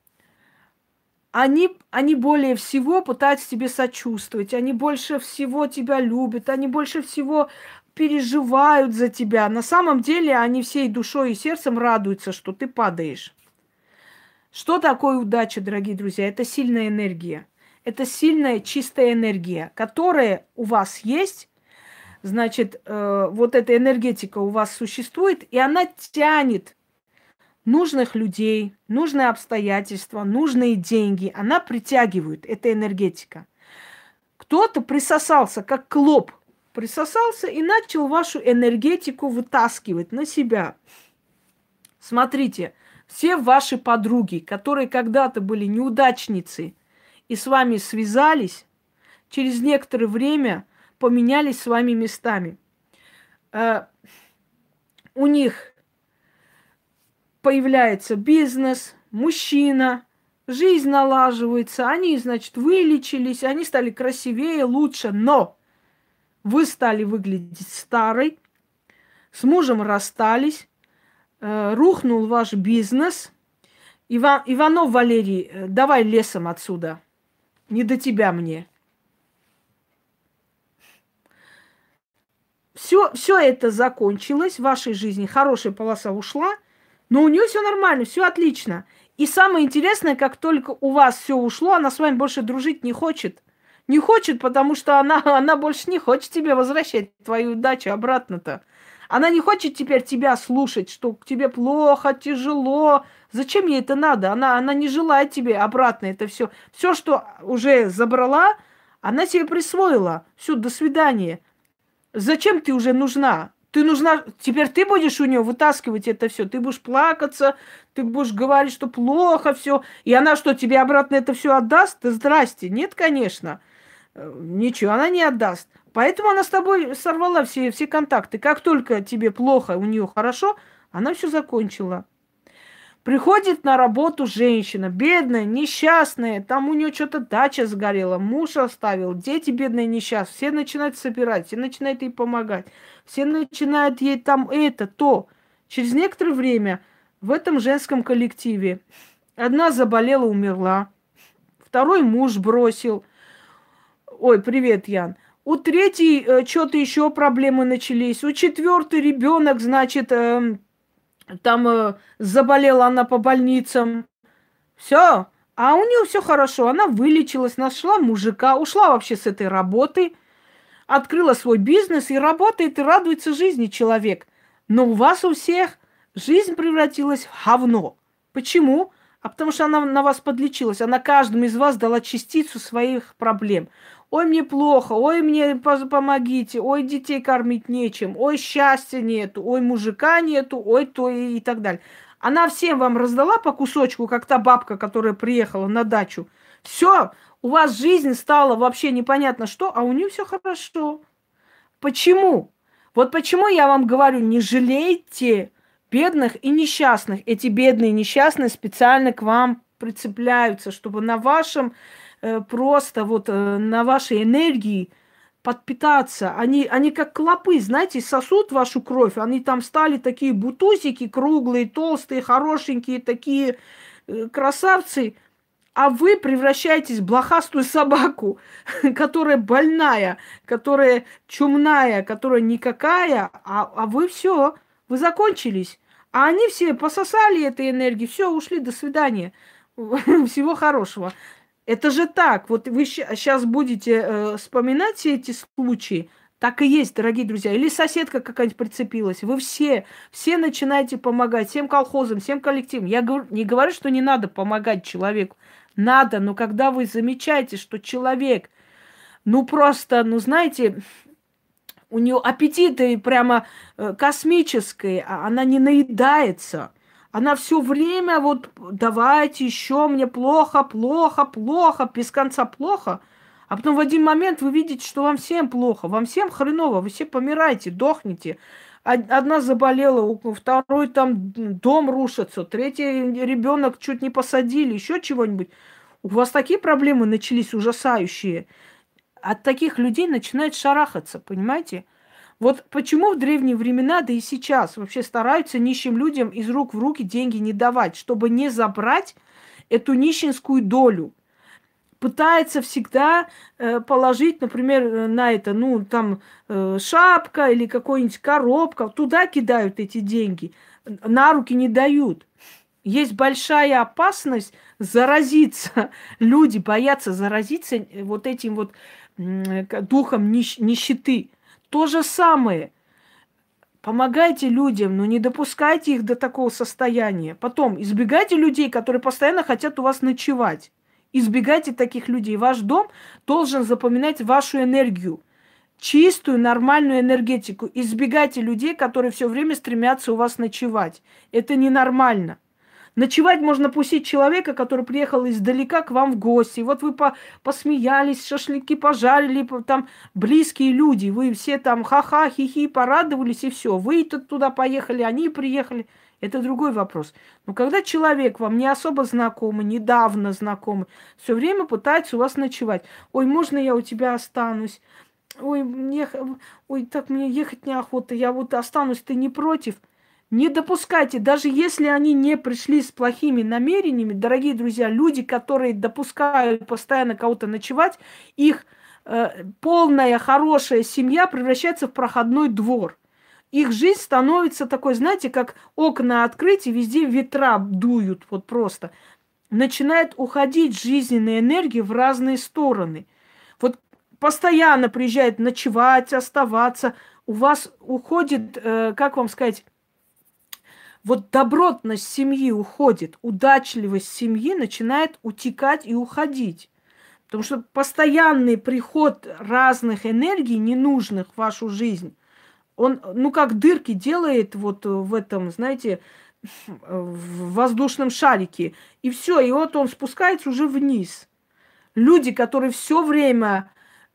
они более всего пытаются тебе сочувствовать, они больше всего тебя любят, они больше всего переживают за тебя. На самом деле они всей душой и сердцем радуются, что ты падаешь. Что такое удача, дорогие друзья? Это сильная энергия. Это сильная чистая энергия, которая у вас есть. Значит, вот эта энергетика у вас существует, и она тянет нужных людей, нужные обстоятельства, нужные деньги. Она притягивает, эта энергетика. Кто-то присосался, как клоп, присосался и начал вашу энергетику вытаскивать на себя. Смотрите, все ваши подруги, которые когда-то были неудачницы и с вами связались, через некоторое время поменялись с вами местами. У них появляется бизнес, мужчина, жизнь налаживается, они, значит, вылечились, они стали красивее, лучше, но вы стали выглядеть старой, с мужем расстались, рухнул ваш бизнес. Иванов Валерий, давай лесом отсюда, не до тебя мне. Все это закончилось в вашей жизни, хорошая полоса ушла, но у нее все нормально, все отлично. И самое интересное, как только у вас все ушло, она с вами больше дружить не хочет. Не хочет, потому что она больше не хочет тебе возвращать твою удачу обратно-то. Она не хочет теперь тебя слушать, что тебе плохо, тяжело. Зачем ей это надо? Она не желает тебе обратно это все. Все, что уже забрала, она себе присвоила. Все, до свидания. Зачем ты уже нужна? Ты нужна, теперь ты будешь у нее вытаскивать это все. Ты будешь плакаться, ты будешь говорить, что плохо все. И она что, тебе обратно это все отдаст? Да здрасте. Нет, конечно. Ничего, она не отдаст. Поэтому она с тобой сорвала все контакты. Как только тебе плохо, у нее хорошо, она все закончила. Приходит на работу женщина, бедная, несчастная, там у нее что-то дача сгорела, муж оставил, дети бедные, несчастные, все начинают собирать, все начинают ей помогать, все начинают ей там это, то. Через некоторое время в этом женском коллективе одна заболела, умерла, второй муж бросил. Ой, привет, Ян. У третьей что-то еще проблемы начались, у четвертой ребенок, значит, там заболела она по больницам. Все. А у нее все хорошо. Она вылечилась, нашла мужика, ушла вообще с этой работы, открыла свой бизнес и работает, и радуется жизни человек. Но у вас у всех жизнь превратилась в говно. Почему? А потому что она на вас подлечилась. Она каждому из вас дала частицу своих проблем. Ой, мне плохо, ой, мне помогите, ой, детей кормить нечем, ой, счастья нету, ой, мужика нету, ой, то и так далее. Она всем вам раздала по кусочку, как та бабка, которая приехала на дачу. Все, у вас жизнь стала вообще непонятно что, а у нее все хорошо. Почему? Вот почему я вам говорю, не жалейте бедных и несчастных. Эти бедные и несчастные специально к вам прицепляются, чтобы на вашем просто вот на вашей энергии подпитаться. Они как клопы, знаете, сосут вашу кровь. Они там стали такие бутузики круглые, толстые, хорошенькие, такие красавцы. А вы превращаетесь в блохастую собаку, которая больная, которая чумная, которая никакая, а вы все, вы закончились. А они все пососали этой энергии, все, ушли, до свидания. Всего хорошего. Это же так. Вот вы сейчас будете вспоминать все эти случаи. Так и есть, дорогие друзья. Или соседка какая-нибудь прицепилась. Вы все начинаете помогать всем колхозам, всем коллективам. Я не говорю, что не надо помогать человеку. Надо, но когда вы замечаете, что человек, ну просто, ну знаете, у нее аппетиты прямо космические, она не наедается. Она все время вот давайте еще мне плохо, плохо, плохо, без конца плохо. А потом в один момент вы видите, что вам всем плохо, вам всем хреново, вы все помираете, дохнете. Одна заболела, у второй там дом рушится, третий ребенок чуть не посадили, еще чего-нибудь. У вас такие проблемы начались ужасающие. От таких людей начинает шарахаться, понимаете? Вот почему в древние времена, да и сейчас вообще стараются нищим людям из рук в руки деньги не давать, чтобы не забрать эту нищенскую долю. Пытается всегда положить, например, на это, ну, там, шапка или какая-нибудь коробка. Туда кидают эти деньги, на руки не дают. Есть большая опасность заразиться. Люди боятся заразиться вот этим вот духом нищеты. То же самое. Помогайте людям, но не допускайте их до такого состояния. Потом избегайте людей, которые постоянно хотят у вас ночевать. Избегайте таких людей. Ваш дом должен запоминать вашу энергию. Чистую, нормальную энергетику. Избегайте людей, которые все время стремятся у вас ночевать. Это ненормально. Ночевать можно пустить человека, который приехал издалека к вам в гости. Вот вы посмеялись, шашлыки пожарили, там близкие люди. Вы все там ха-ха, хихи, порадовались и все. Вы туда поехали, они приехали. Это другой вопрос. Но когда человек вам не особо знакомый, недавно знакомый, все время пытается у вас ночевать. Ой, можно я у тебя останусь? Ой, так мне ехать неохота, я вот останусь, ты не против? Не допускайте, даже если они не пришли с плохими намерениями, дорогие друзья, люди, которые допускают постоянно кого-то ночевать, их полная хорошая семья превращается в проходной двор. Их жизнь становится такой, знаете, как окна открыть, и везде ветра дуют, вот просто. Начинает уходить жизненная энергия в разные стороны. Вот постоянно приезжает ночевать, оставаться. У вас уходит, как вам сказать, вот добротность семьи уходит, удачливость семьи начинает утекать и уходить. Потому что постоянный приход разных энергий, ненужных в вашу жизнь, он, ну, как дырки делает вот в этом, знаете, в воздушном шарике. И все, и вот он спускается уже вниз. Люди, которые все время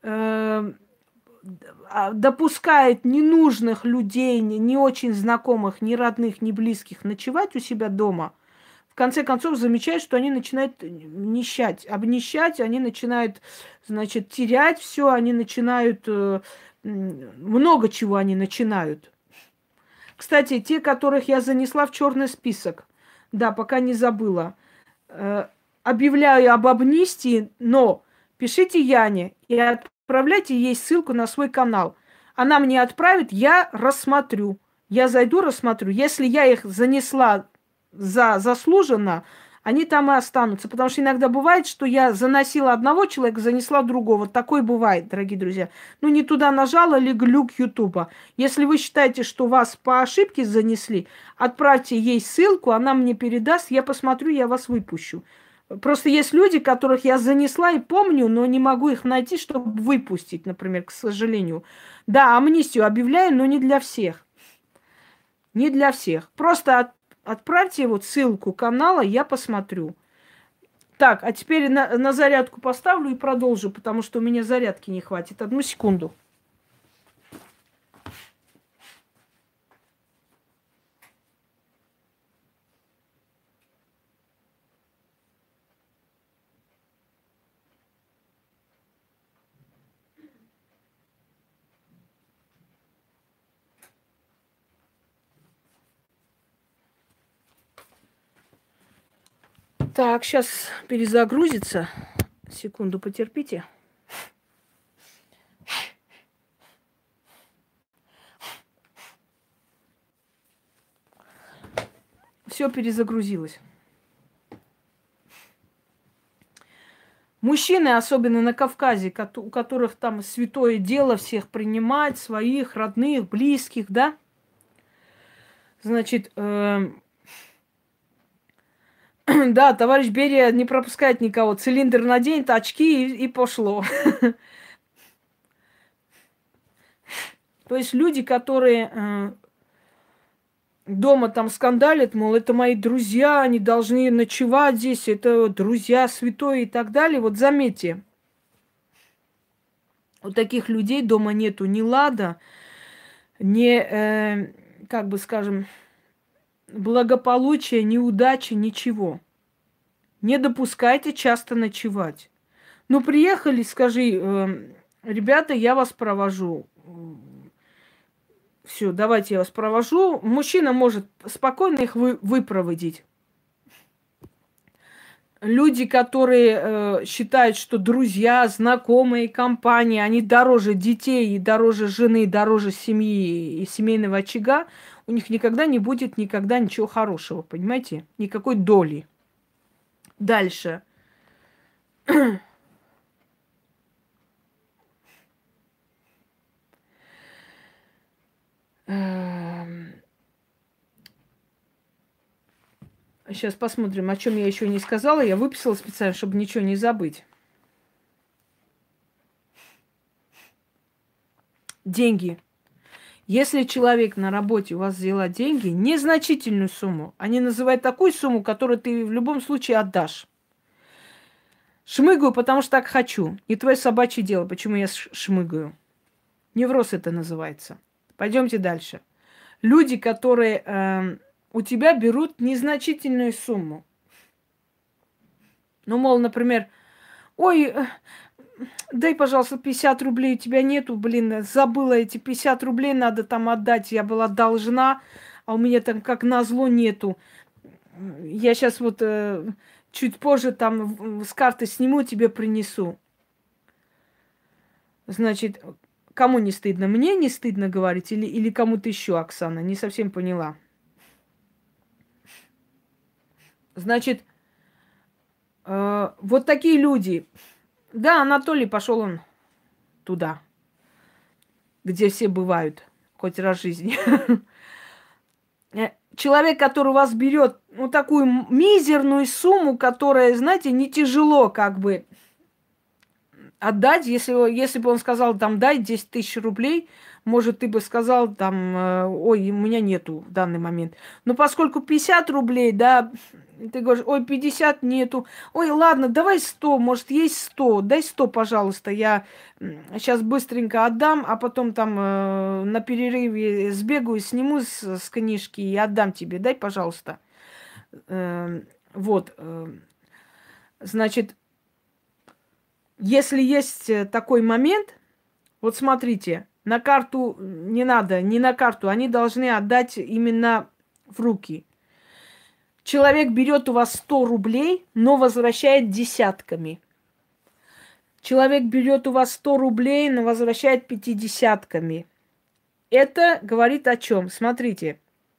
допускает ненужных людей, не очень знакомых, ни родных, ни близких ночевать у себя дома, в конце концов замечают, что они начинают нищать, обнищать, они начинают, значит, терять все, они начинают, много чего они начинают. Кстати, те, которых я занесла в черный список, да, пока не забыла, объявляю об амнистии, но пишите Яне и отправляйте ей ссылку на свой канал. Она мне отправит, я рассмотрю. Я зайду, рассмотрю. Если я их занесла заслуженно, они там и останутся. Потому что иногда бывает, что я заносила одного человека, занесла другого. Такое бывает, дорогие друзья. Ну, не туда нажала или глюк Ютуба. Если вы считаете, что вас по ошибке занесли, отправьте ей ссылку, она мне передаст, я посмотрю, я вас выпущу. Просто есть люди, которых я занесла и помню, но не могу их найти, чтобы выпустить, например, к сожалению. Да, амнистию объявляю, но не для всех. Не для всех. Просто отправьте вот ссылку канала, я посмотрю. Так, а теперь на зарядку поставлю и продолжу, потому что у меня зарядки не хватит. Одну секунду. Так, сейчас перезагрузится. Секунду, потерпите. Все перезагрузилось. Мужчины, особенно на Кавказе, у которых там святое дело всех принимать, своих, родных, близких, да? Значит, да, товарищ Берия не пропускает никого. Цилиндр наденет, очки и пошло. То есть люди, которые дома там скандалят, мол, это мои друзья, они должны ночевать здесь, это друзья святое и так далее. Вот заметьте, у таких людей дома нету ни лада, ни, как бы скажем, благополучия, ни удачи, ничего. Не допускайте часто ночевать. Ну, приехали, скажи, ребята, я вас провожу. Все, давайте я вас провожу. Мужчина может спокойно их выпроводить. Люди, которые считают, что друзья, знакомые, компании, они дороже детей, и дороже жены, и дороже семьи и семейного очага, у них никогда не будет никогда ничего хорошего, понимаете? Никакой доли. Дальше. Сейчас посмотрим, о чем я еще не сказала. Я выписала специально, чтобы ничего не забыть. Деньги. Если человек на работе у вас взяла деньги, незначительную сумму, они называют такую сумму, которую ты в любом случае отдашь. Шмыгаю, потому что так хочу. Не твое собачье дело, почему я шмыгаю. Невроз это называется. Пойдемте дальше. Люди, которые у тебя берут незначительную сумму. Ну, мол, например, ой, дай, пожалуйста, 50 рублей, у тебя нету, блин, забыла эти 50 рублей, надо там отдать, я была должна, а у меня там как назло нету. Я сейчас вот чуть позже там с карты сниму, тебе принесу. Значит, кому не стыдно? Мне не стыдно говорить или кому-то еще, Оксана? Не совсем поняла. Значит, вот такие люди. Да, Анатолий, пошел он туда, где все бывают, хоть раз в жизни. Человек, который у вас берет ну, такую мизерную сумму, которая, знаете, не тяжело как бы отдать, если бы он сказал, там, дай 10 тысяч рублей, может, ты бы сказал, там, ой, у меня нету в данный момент. Но поскольку 50 рублей, да, ты говоришь, ой, 50 нету. Ой, ладно, давай 100, может, есть 100. Дай 100, пожалуйста, я сейчас быстренько отдам, а потом там на перерыве сбегаю, сниму с книжки и отдам тебе. Дай, пожалуйста. Вот. Значит, если есть такой момент, вот смотрите, на карту не надо, не на карту, они должны отдать именно в руки. Человек берет у вас 100 рублей, но возвращает десятками. Человек берет у вас 100 рублей, но возвращает пятидесятками. Это говорит о чем? Смотрите.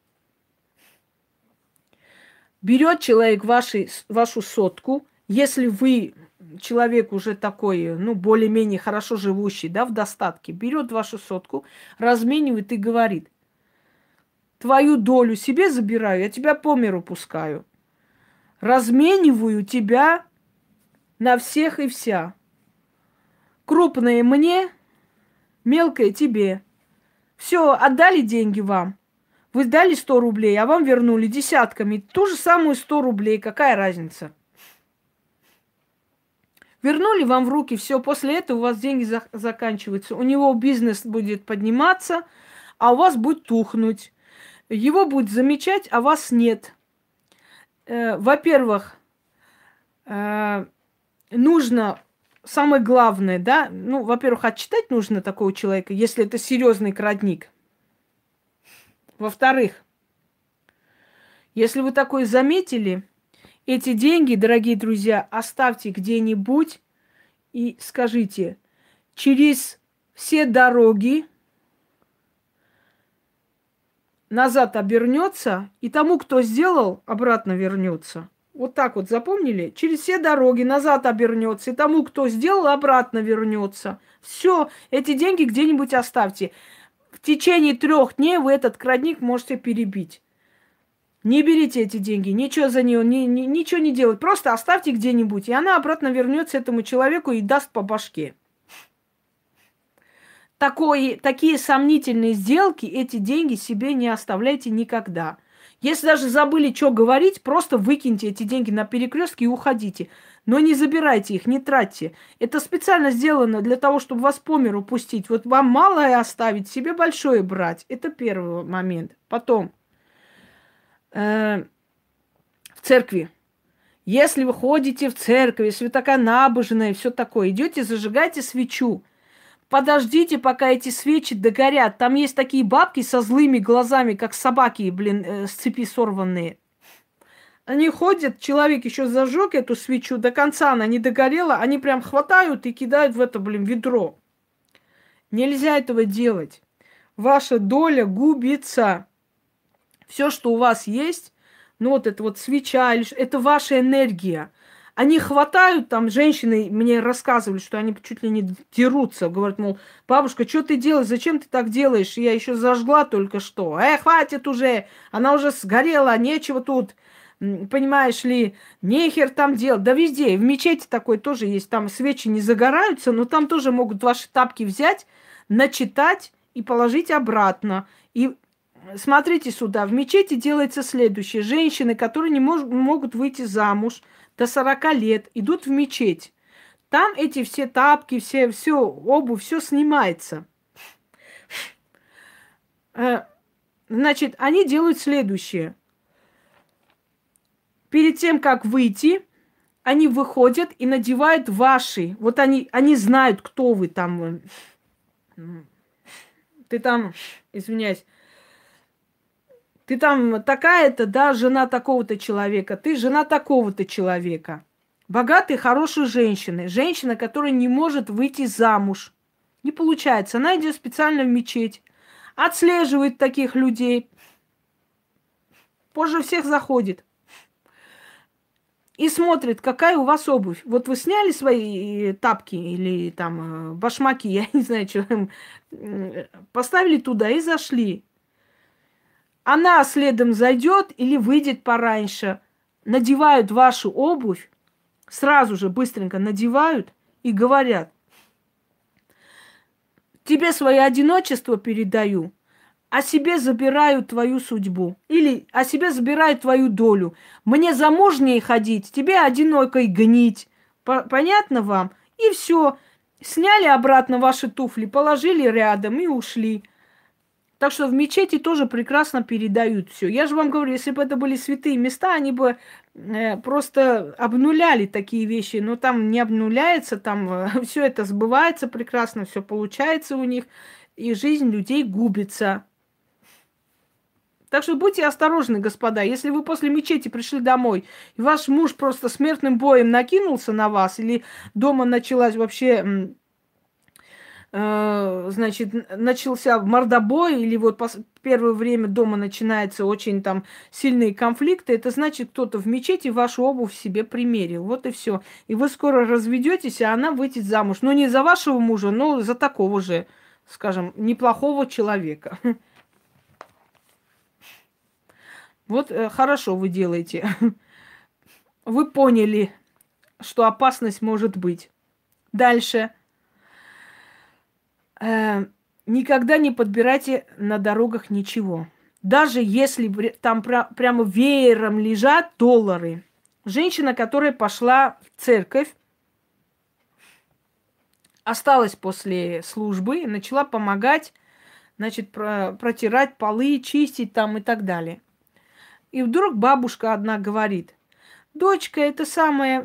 Берет человек вашу сотку, если вы человек уже такой, ну, более-менее хорошо живущий, да, в достатке, берет вашу сотку, разменивает и говорит, твою долю себе забираю, я тебя по миру пускаю. Размениваю тебя на всех и вся. Крупное мне, мелкое тебе. Все, отдали деньги вам. Вы дали 100 рублей, а вам вернули десятками. Ту же самую 100 рублей, какая разница? Вернули вам в руки, все, после этого у вас деньги заканчиваются. У него бизнес будет подниматься, а у вас будет тухнуть. Его будет замечать, а вас нет. Во-первых, нужно, самое главное, да, ну, во-первых, отчитать нужно такого человека, если это серьезный крадник. Во-вторых, если вы такое заметили, эти деньги, дорогие друзья, оставьте где-нибудь и скажите, через все дороги назад обернется, и тому, кто сделал, обратно вернется. Вот так вот запомнили? Через все дороги назад обернется. И тому, кто сделал, обратно вернется. Все, эти деньги где-нибудь оставьте. В течение 3 дней вы этот крадник можете перебить. Не берите эти деньги, ничего за нее, ничего не делать. Просто оставьте где-нибудь, и она обратно вернется этому человеку и даст по башке. Такие сомнительные сделки, эти деньги себе не оставляйте никогда. Если даже забыли, что говорить, просто выкиньте эти деньги на перекрестке и уходите. Но не забирайте их, не тратьте. Это специально сделано для того, чтобы вас по миру пустить. Вот вам малое оставить, себе большое брать. Это первый момент. Потом, в церкви. Если вы ходите в церковь, если вы такая набожная, все такое, идете, зажигайте свечу. Подождите, пока эти свечи догорят. Там есть такие бабки со злыми глазами, как собаки, с цепи сорванные. Они ходят, человек еще зажег эту свечу, до конца она не догорела, они прям хватают и кидают в это, ведро. Нельзя этого делать. Ваша доля губится. Все, что у вас есть, вот это вот свеча, это ваша энергия. Они хватают, там, женщины мне рассказывали, что они чуть ли не дерутся. Говорят, мол, бабушка, что ты делаешь? Зачем ты так делаешь? Я еще зажгла только что. Хватит уже! Она уже сгорела, нечего тут. Понимаешь ли, нехер там делать. Да везде, в мечети такой тоже есть. Там свечи не загораются, но там тоже могут ваши тапки взять, начитать и положить обратно. И смотрите сюда, в мечети делается следующее. Женщины, которые не могут выйти замуж, до 40 лет идут в мечеть. Там эти все тапки, все обувь, все снимается. Значит, они делают следующее. Перед тем, как выйти, они выходят и надевают ваши. Вот они знают, кто вы там. Ты там, извиняюсь, ты там такая-то, да, жена такого-то человека, ты жена такого-то человека. Богатые, хорошие женщины. Женщина, которая не может выйти замуж. Не получается. Она идет специально в мечеть. Отслеживает таких людей. Позже всех заходит. И смотрит, какая у вас обувь. Вот вы сняли свои тапки или там башмаки, я не знаю, что, поставили туда и зашли. Она следом зайдет или выйдет пораньше, надевают вашу обувь, сразу же быстренько надевают и говорят: тебе свое одиночество передаю, а себе забираю твою судьбу. Или о себе забираю твою долю. Мне замужней ходить, тебе одинокой гнить. Понятно вам? И все. Сняли обратно ваши туфли, положили рядом и ушли. Так что в мечети тоже прекрасно передают все. Я же вам говорю, если бы это были святые места, они бы просто обнуляли такие вещи. Но там не обнуляется, там все это сбывается прекрасно, все получается у них, и жизнь людей губится. Так что будьте осторожны, господа. Если вы после мечети пришли домой, и ваш муж просто смертным боем накинулся на вас, или дома началась вообще... значит, начался мордобой, или вот первое время дома начинается очень там сильные конфликты, это значит, кто-то в мечети вашу обувь себе примерил. Вот и все. И вы скоро разведетесь, а она выйдет замуж. Но не за вашего мужа, но за такого же, скажем, неплохого человека. Вот хорошо вы делаете. Вы поняли, что опасность может быть. Дальше. Никогда не подбирайте на дорогах ничего. Даже если там прямо веером лежат доллары. Женщина, которая пошла в церковь, осталась после службы и начала помогать, значит, протирать полы, чистить там и так далее. И вдруг бабушка одна говорит: дочка, это самое,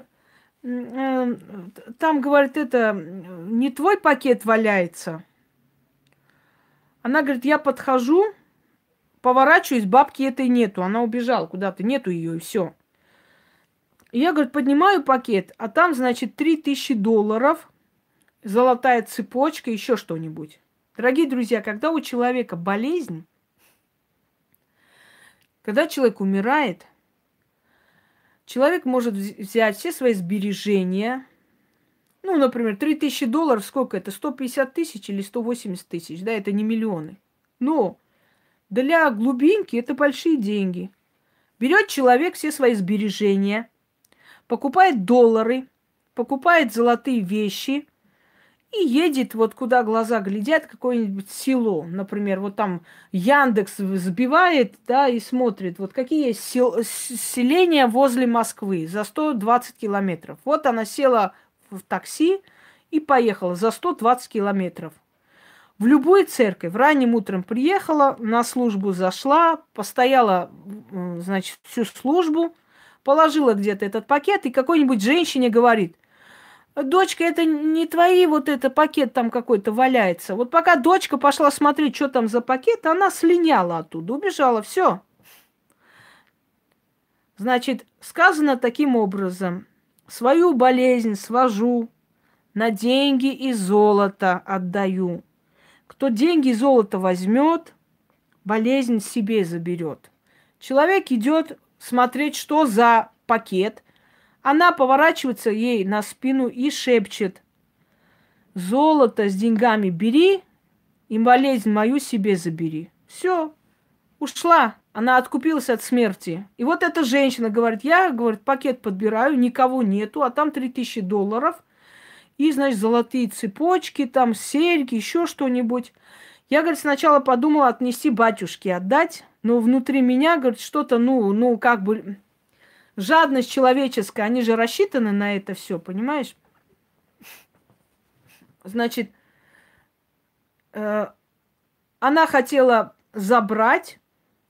там, говорит, это не твой пакет валяется. Она говорит, я подхожу, поворачиваюсь, бабки этой нету. Она убежала куда-то, нету ее, и все. И я, говорит, поднимаю пакет, а там, значит, $3000, золотая цепочка, еще что-нибудь. Дорогие друзья, когда у человека болезнь, когда человек умирает, Человек может взять все свои сбережения. Ну, например, $3000, сколько это? 150 тысяч или 180 тысяч, да, это не миллионы. Но для глубинки это большие деньги. Берет человек все свои сбережения, покупает доллары, покупает золотые вещи и едет вот куда глаза глядят, какое-нибудь село. Например, вот там Яндекс сбивает, да, и смотрит, вот какие есть селения возле Москвы за 120 километров. Вот она села в такси и поехала за 120 километров. В любую церковь. Ранним утром приехала, на службу зашла, постояла, значит, всю службу, положила где-то этот пакет, и какой-нибудь женщине говорит: дочка, это не твои, вот это пакет там какой-то валяется. Вот пока дочка пошла смотреть, что там за пакет, она слиняла оттуда, убежала, все. Значит, сказано таким образом: свою болезнь свожу, на деньги и золото отдаю. Кто деньги и золото возьмет, болезнь себе заберет. Человек идет смотреть, что за пакет. Она поворачивается ей на спину и шепчет: золото с деньгами бери, и болезнь мою себе забери. Все, ушла. Она откупилась от смерти. И вот эта женщина говорит: я, говорит, пакет подбираю, никого нету, а там $3000. И, значит, золотые цепочки, там серьги, еще что-нибудь. Я, говорит, сначала подумала отнести батюшке, отдать, но внутри меня, говорит, что-то, как бы жадность человеческая, они же рассчитаны на это все, понимаешь? Значит, она хотела забрать,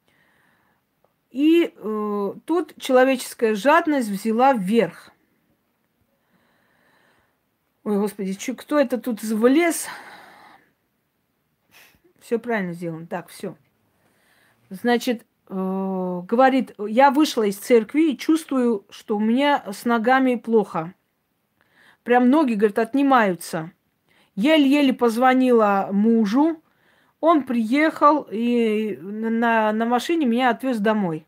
и тут человеческая жадность взяла вверх. Ой, Господи, кто это тут влез? Все правильно сделано. Так, все. Значит, говорит, я вышла из церкви и чувствую, что у меня с ногами плохо. Прям ноги, говорит, отнимаются. Еле-еле позвонила мужу. Он приехал и на машине меня отвез домой.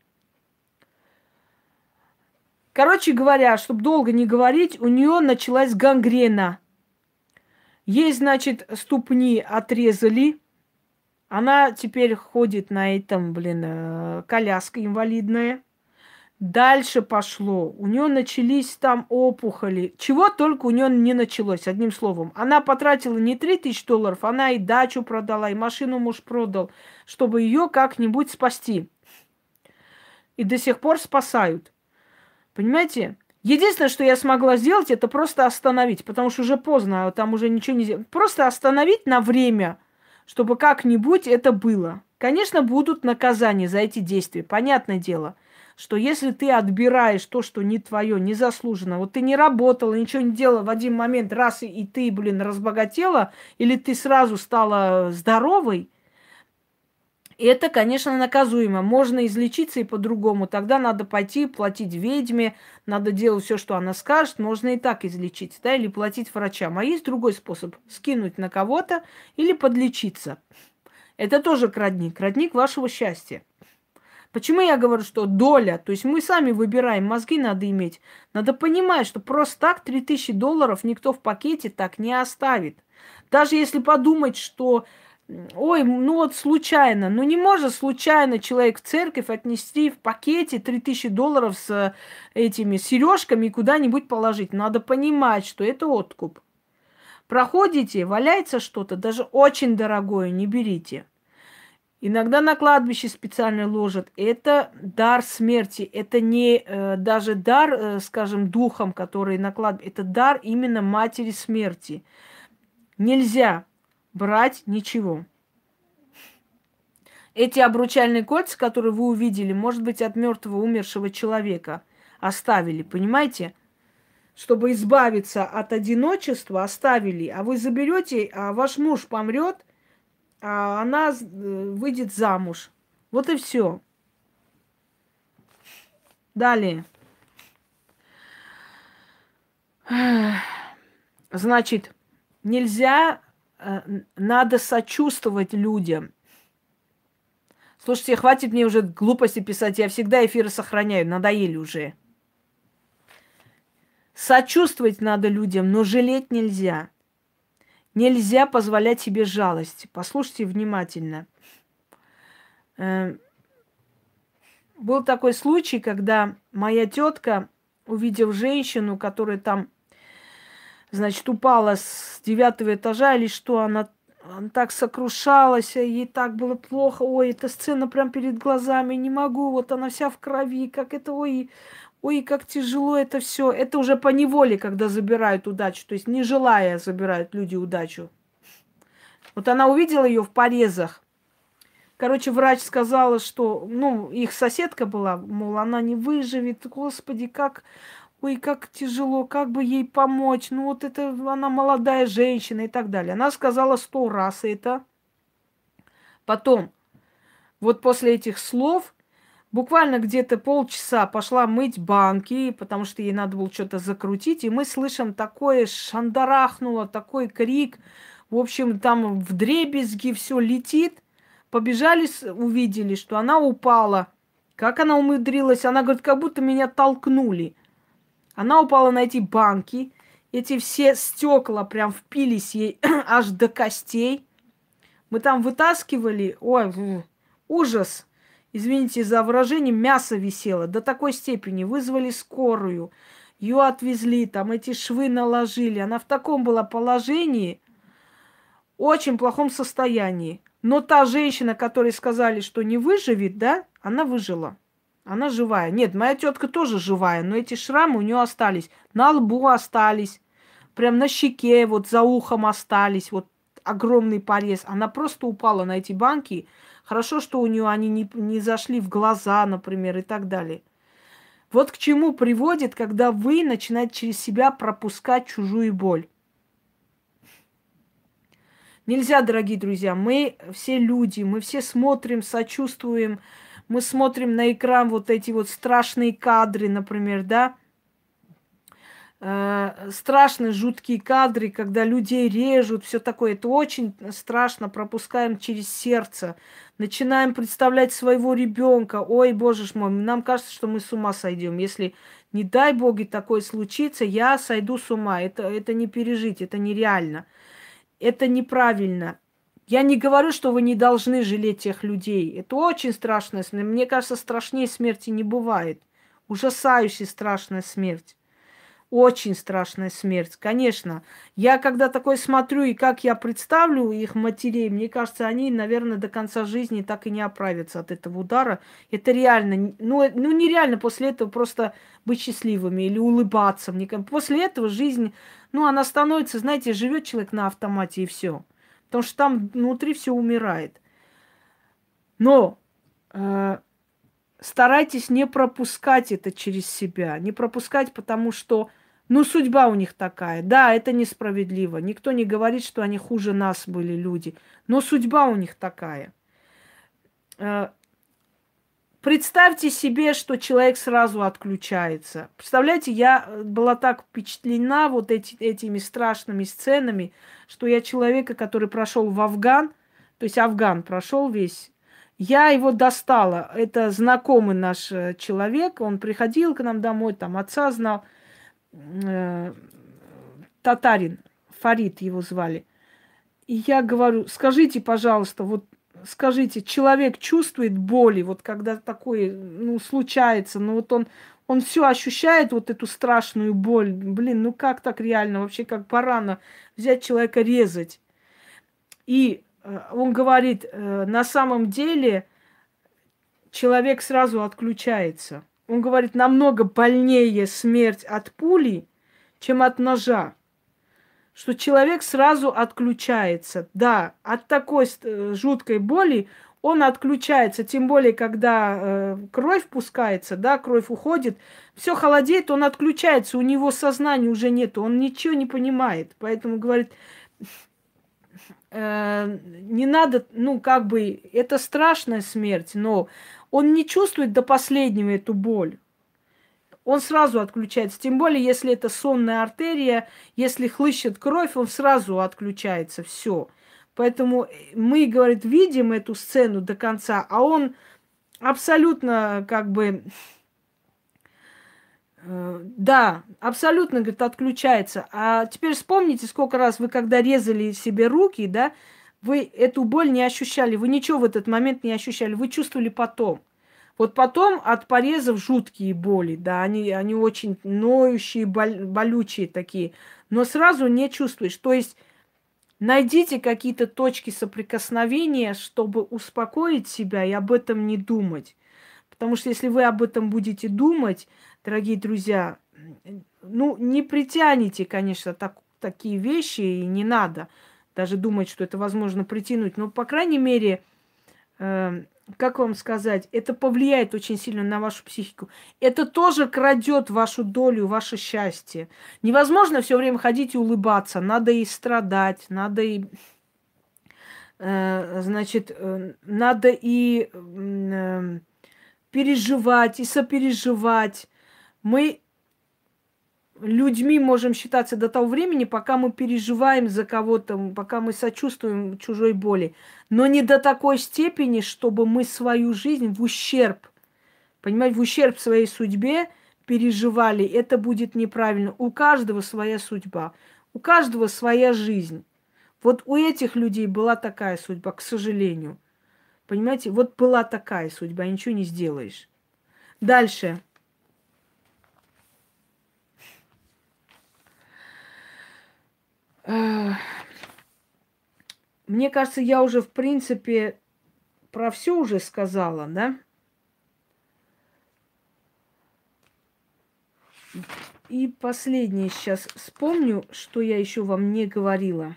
Короче говоря, чтобы долго не говорить, у нее началась гангрена. Ей, значит, ступни отрезали. Она теперь ходит на этом, коляска инвалидная. Дальше пошло. У нее начались там опухоли. Чего только у нее не началось, одним словом. Она потратила не $3000, она и дачу продала, и машину муж продал, чтобы ее как-нибудь спасти. И до сих пор спасают. Понимаете? Единственное, что я смогла сделать, это просто остановить, потому что уже поздно, там уже ничего не сделать. Просто остановить на время, чтобы как-нибудь это было. Конечно, будут наказания за эти действия. Понятное дело, что если ты отбираешь то, что не твое, незаслуженно, вот ты не работала, ничего не делала, в один момент раз и ты, разбогатела, или ты сразу стала здоровой, это, конечно, наказуемо. Можно излечиться и по-другому. Тогда надо пойти платить ведьме, надо делать все, что она скажет. Можно и так излечиться, да, или платить врачам. А есть другой способ: скинуть на кого-то или подлечиться. Это тоже крадник, крадник вашего счастья. Почему я говорю, что доля? То есть мы сами выбираем, мозги надо иметь. Надо понимать, что просто так $3000 никто в пакете так не оставит. Даже если подумать, что ой, случайно. Не может случайно человек в церковь отнести в пакете $3000 с этими сережками и куда-нибудь положить. Надо понимать, что это откуп. Проходите, валяется что-то, даже очень дорогое, не берите. Иногда на кладбище специально ложат. Это дар смерти. Это не даже дар, скажем, духом, который на кладбище. Это дар именно матери смерти. Нельзя брать ничего. Эти обручальные кольца, которые вы увидели, может быть, от мертвого умершего человека оставили, понимаете? Чтобы избавиться от одиночества, оставили. А вы заберете, а ваш муж помрет, а она выйдет замуж. Вот и все. Далее. Значит, нельзя, надо сочувствовать людям. Слушайте, хватит мне уже глупости писать. Я всегда эфиры сохраняю. Надоели уже. Сочувствовать надо людям, но жалеть нельзя. Нельзя позволять себе жалости. Послушайте внимательно. Был такой случай, когда моя тетка, увидев женщину, которая там, значит, упала с 9-го этажа или что, она так сокрушалась, ей так было плохо. Ой, эта сцена прям перед глазами, не могу, вот она вся в крови, как это, ой, как тяжело это все. Это уже по неволе, когда забирают удачу, то есть не желая забирают люди удачу. Вот она увидела ее в порезах. Короче, врач сказала, что, ну, их соседка была, мол, она не выживет. Господи, как, ой, как тяжело, как бы ей помочь. Ну, вот это она молодая женщина и так далее. Она сказала 100 раз это. Потом, вот после этих слов, буквально где-то полчаса пошла мыть банки, потому что ей надо было что-то закрутить. И мы слышим такое шандарахнуло, такой крик. В общем, там вдребезги все летит. Побежали, увидели, что она упала. Как она умудрилась? Она говорит, как будто меня толкнули. Она упала на эти банки. Эти все стекла прям впились ей аж до костей. Мы там вытаскивали. Ой, ужас. Извините за выражение, мясо висело. До такой степени. Вызвали скорую. Ее отвезли, там эти швы наложили. Она в таком была положении, очень плохом состоянии. Но та женщина, которой сказали, что не выживет, да, она выжила. Она живая. Нет, моя тетка тоже живая, но эти шрамы у нее остались. На лбу остались, прям на щеке, вот за ухом остались, вот огромный порез. Она просто упала на эти банки. Хорошо, что у нее они не зашли в глаза, например, и так далее. Вот к чему приводит, когда вы начинаете через себя пропускать чужую боль. Нельзя, дорогие друзья, мы все люди, мы все смотрим, сочувствуем, мы смотрим на экран вот эти вот страшные кадры, например, да, страшные, жуткие кадры, когда людей режут, все такое, это очень страшно, пропускаем через сердце, начинаем представлять своего ребенка, ой, боже ж мой, нам кажется, что мы с ума сойдем, если, не дай боги, такое случится, я сойду с ума, это не пережить, это нереально. Это неправильно. Я не говорю, что вы не должны жалеть тех людей. Это очень страшная смерть. Мне кажется, страшнее смерти не бывает. Ужасающая страшная смерть. Очень страшная смерть, конечно. Я когда такое смотрю, и как я представлю их матерей, мне кажется, они, наверное, до конца жизни так и не оправятся от этого удара. Это реально, ну нереально после этого просто быть счастливыми или улыбаться. После этого жизнь, ну, она становится, знаете, живет человек на автомате и все. Потому что там внутри все умирает. Но старайтесь не пропускать это через себя. Не пропускать, потому что, ну, судьба у них такая. Да, это несправедливо. Никто не говорит, что они хуже нас были люди. Но судьба у них такая. Представьте себе, что человек сразу отключается. Представляете, я была так впечатлена вот этими страшными сценами, что я человека, который прошел в Афган, то есть Афган прошел весь, я его достала. Это знакомый наш человек, он приходил к нам домой, там отца знал, татарин, Фарид его звали. И я говорю, скажите, пожалуйста, вот скажите, человек чувствует боли, вот когда такое, ну, случается, ну, вот он все ощущает, вот эту страшную боль. Блин, ну как так реально, вообще как барана взять человека резать? И он говорит, на самом деле человек сразу отключается. Он говорит, намного больнее смерть от пули, чем от ножа. Что человек сразу отключается. Да, от такой жуткой боли он отключается. Тем более, когда кровь пускается, да, кровь уходит, все холодеет, он отключается, у него сознания уже нет, он ничего не понимает. Поэтому говорит, не надо, ну, как бы, это страшная смерть, но он не чувствует до последнего эту боль. Он сразу отключается. Тем более, если это сонная артерия, если хлыщет кровь, он сразу отключается. Все. Поэтому мы, говорит, видим эту сцену до конца, а он абсолютно как бы Да, абсолютно, говорит, отключается. А теперь вспомните, сколько раз вы, когда резали себе руки, да, вы эту боль не ощущали, вы ничего в этот момент не ощущали, вы чувствовали потом. Вот потом от порезов жуткие боли, да, они очень ноющие, болючие такие, но сразу не чувствуешь. То есть найдите какие-то точки соприкосновения, чтобы успокоить себя и об этом не думать. Потому что если вы об этом будете думать, дорогие друзья, ну, не притянете, конечно, такие вещи, и не надо даже думать, что это возможно притянуть. Но, по крайней мере, как вам сказать, это повлияет очень сильно на вашу психику. Это тоже крадет вашу долю, ваше счастье. Невозможно все время ходить и улыбаться. Надо и страдать, надо и, значит, надо и переживать, и сопереживать. Мы людьми можем считаться до того времени, пока мы переживаем за кого-то, пока мы сочувствуем чужой боли. Но не до такой степени, чтобы мы свою жизнь в ущерб, понимаете, в ущерб своей судьбе переживали. Это будет неправильно. У каждого своя судьба, у каждого своя жизнь. Вот у этих людей была такая судьба, к сожалению. Понимаете, вот была такая судьба, ничего не сделаешь. Дальше. Мне кажется, я уже, в принципе, про все уже сказала, да? И последнее сейчас вспомню, что я еще вам не говорила.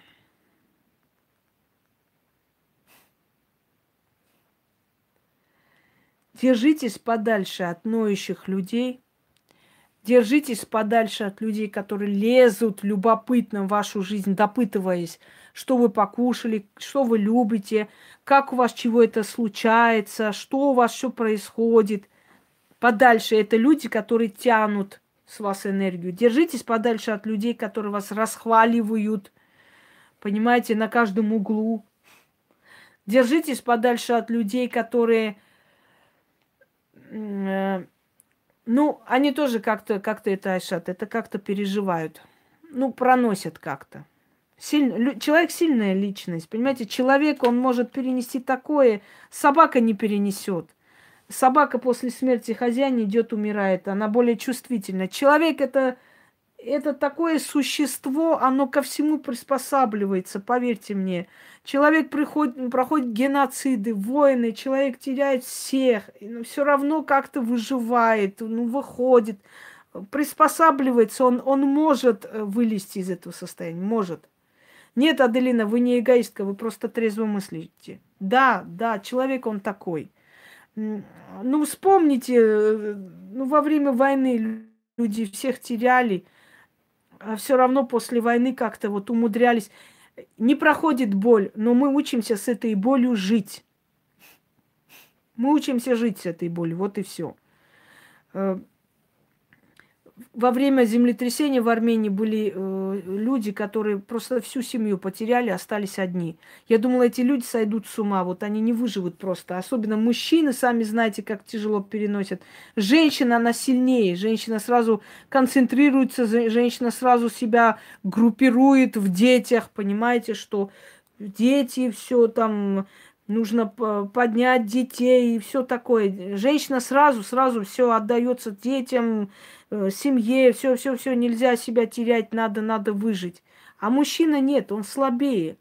Держитесь подальше от ноющих людей. Держитесь подальше от людей, которые лезут любопытно в вашу жизнь, допытываясь, что вы покушали, что вы любите, как у вас чего это случается, что у вас все происходит. Подальше это люди, которые тянут с вас энергию. Держитесь подальше от людей, которые вас расхваливают, понимаете, на каждом углу. Держитесь подальше от людей, которые, ну, они тоже как-то это Айшат, это как-то переживают. Ну, проносят как-то. Человек сильная личность, понимаете? Человек, он может перенести такое, собака не перенесет. Собака после смерти хозяина идет, умирает, она более чувствительна. Человек это такое существо, оно ко всему приспосабливается, поверьте мне. Человек проходит геноциды, войны, человек теряет всех, но все равно как-то выживает, ну, выходит, приспосабливается, он может вылезти из этого состояния, может. Нет, Аделина, вы не эгоистка, вы просто трезво мыслите. Да, да, человек он такой. Ну, вспомните, ну, во время войны люди всех теряли, а все равно после войны как-то вот умудрялись. Не проходит боль, но мы учимся с этой болью жить. Мы учимся жить с этой болью, вот и все. Во время землетрясения в Армении были люди, которые просто всю семью потеряли, остались одни. Я думала, эти люди сойдут с ума, вот они не выживут просто. Особенно мужчины, сами знаете, как тяжело переносят. Женщина, она сильнее, женщина сразу концентрируется, женщина сразу себя группирует в детях, понимаете, что дети, все там, нужно поднять детей и все такое. Женщина сразу все отдается детям, семье, все, нельзя себя терять, надо выжить. А мужчина нет, он слабее.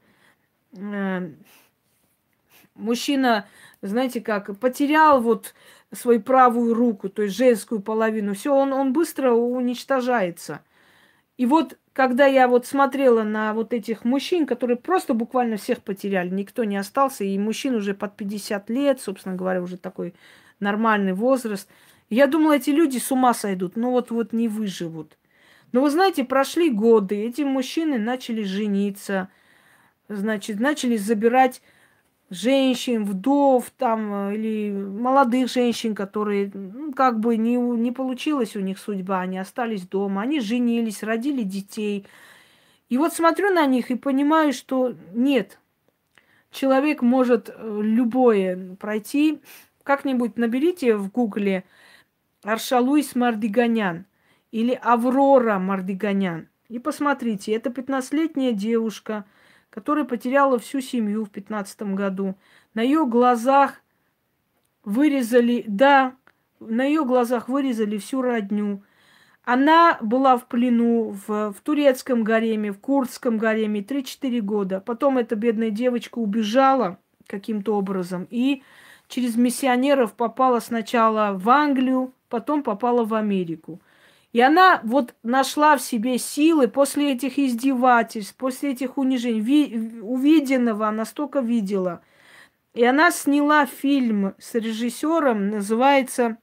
Мужчина, знаете как, потерял вот свою правую руку, то есть женскую половину, все, он быстро уничтожается. И вот, когда я вот смотрела на вот этих мужчин, которые просто буквально всех потеряли, никто не остался, и мужчин уже под 50 лет, собственно говоря, уже такой нормальный возраст, я думала, эти люди с ума сойдут, но вот не выживут. Но вы знаете, прошли годы, эти мужчины начали жениться, значит, начали забирать женщин, вдов там, или молодых женщин, которые, ну, как бы не получилась у них судьба, они остались дома, они женились, родили детей. И вот смотрю на них и понимаю, что нет, человек может любое пройти. Как-нибудь наберите в гугле Аршалуис Мардиганян. или Аврора Мардиганян. И посмотрите, это 15-летняя девушка, которая потеряла всю семью в 15 году. На ее глазах вырезали, да, на ее глазах вырезали всю родню. Она была в плену в турецком гареме, в курдском гареме 3-4 года. Потом эта бедная девочка убежала каким-то образом и через миссионеров попала сначала в Англию, потом попала в Америку. И она вот нашла в себе силы после этих издевательств, после этих унижений, увиденного, она столько видела. И она сняла фильм с режиссером, называется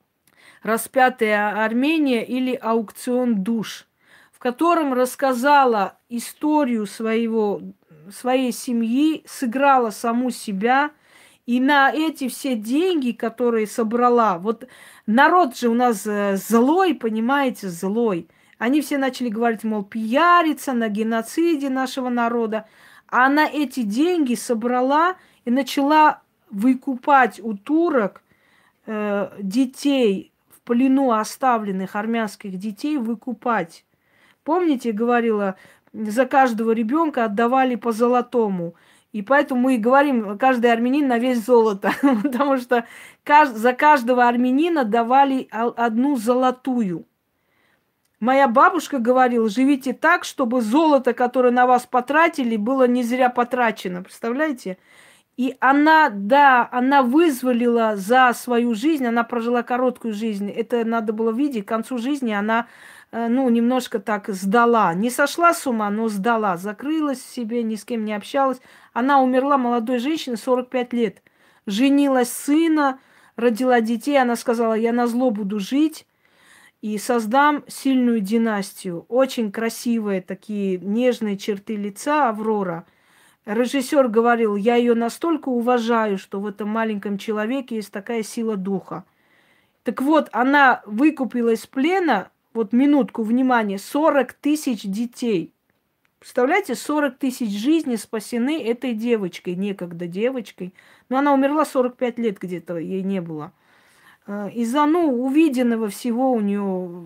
«Распятая Армения» или «Аукцион душ», в котором рассказала историю своей семьи, сыграла саму себя. И на эти все деньги, которые собрала, вот народ же у нас злой, понимаете, злой. Они все начали говорить, мол, пиариться на геноциде нашего народа. А она эти деньги собрала и начала выкупать у турок детей, в плену оставленных армянских детей, выкупать. Помните, говорила, за каждого ребенка отдавали по золотому. И поэтому мы и говорим, каждый армянин на вес золота. Потому что за каждого армянина давали одну золотую. Моя бабушка говорила, живите так, чтобы золото, которое на вас потратили, было не зря потрачено. Представляете? И она, да, она вызволила за свою жизнь, она прожила короткую жизнь. Это надо было видеть. К концу жизни она, немножко так сдала. Не сошла с ума, но сдала. Закрылась в себе, ни с кем не общалась. Она умерла молодой женщиной, 45 лет. Женилась сына, родила детей. Она сказала, я назло буду жить и создам сильную династию. Очень красивые такие нежные черты лица Аврора. Режиссер говорил, я ее настолько уважаю, что в этом маленьком человеке есть такая сила духа. Так вот, она выкупила из плена, вот минутку, внимания, 40 тысяч детей. Представляете, 40 тысяч жизней спасены этой девочкой, некогда девочкой. Но она умерла 45 лет где-то, ей не было. Из-за, увиденного всего у нее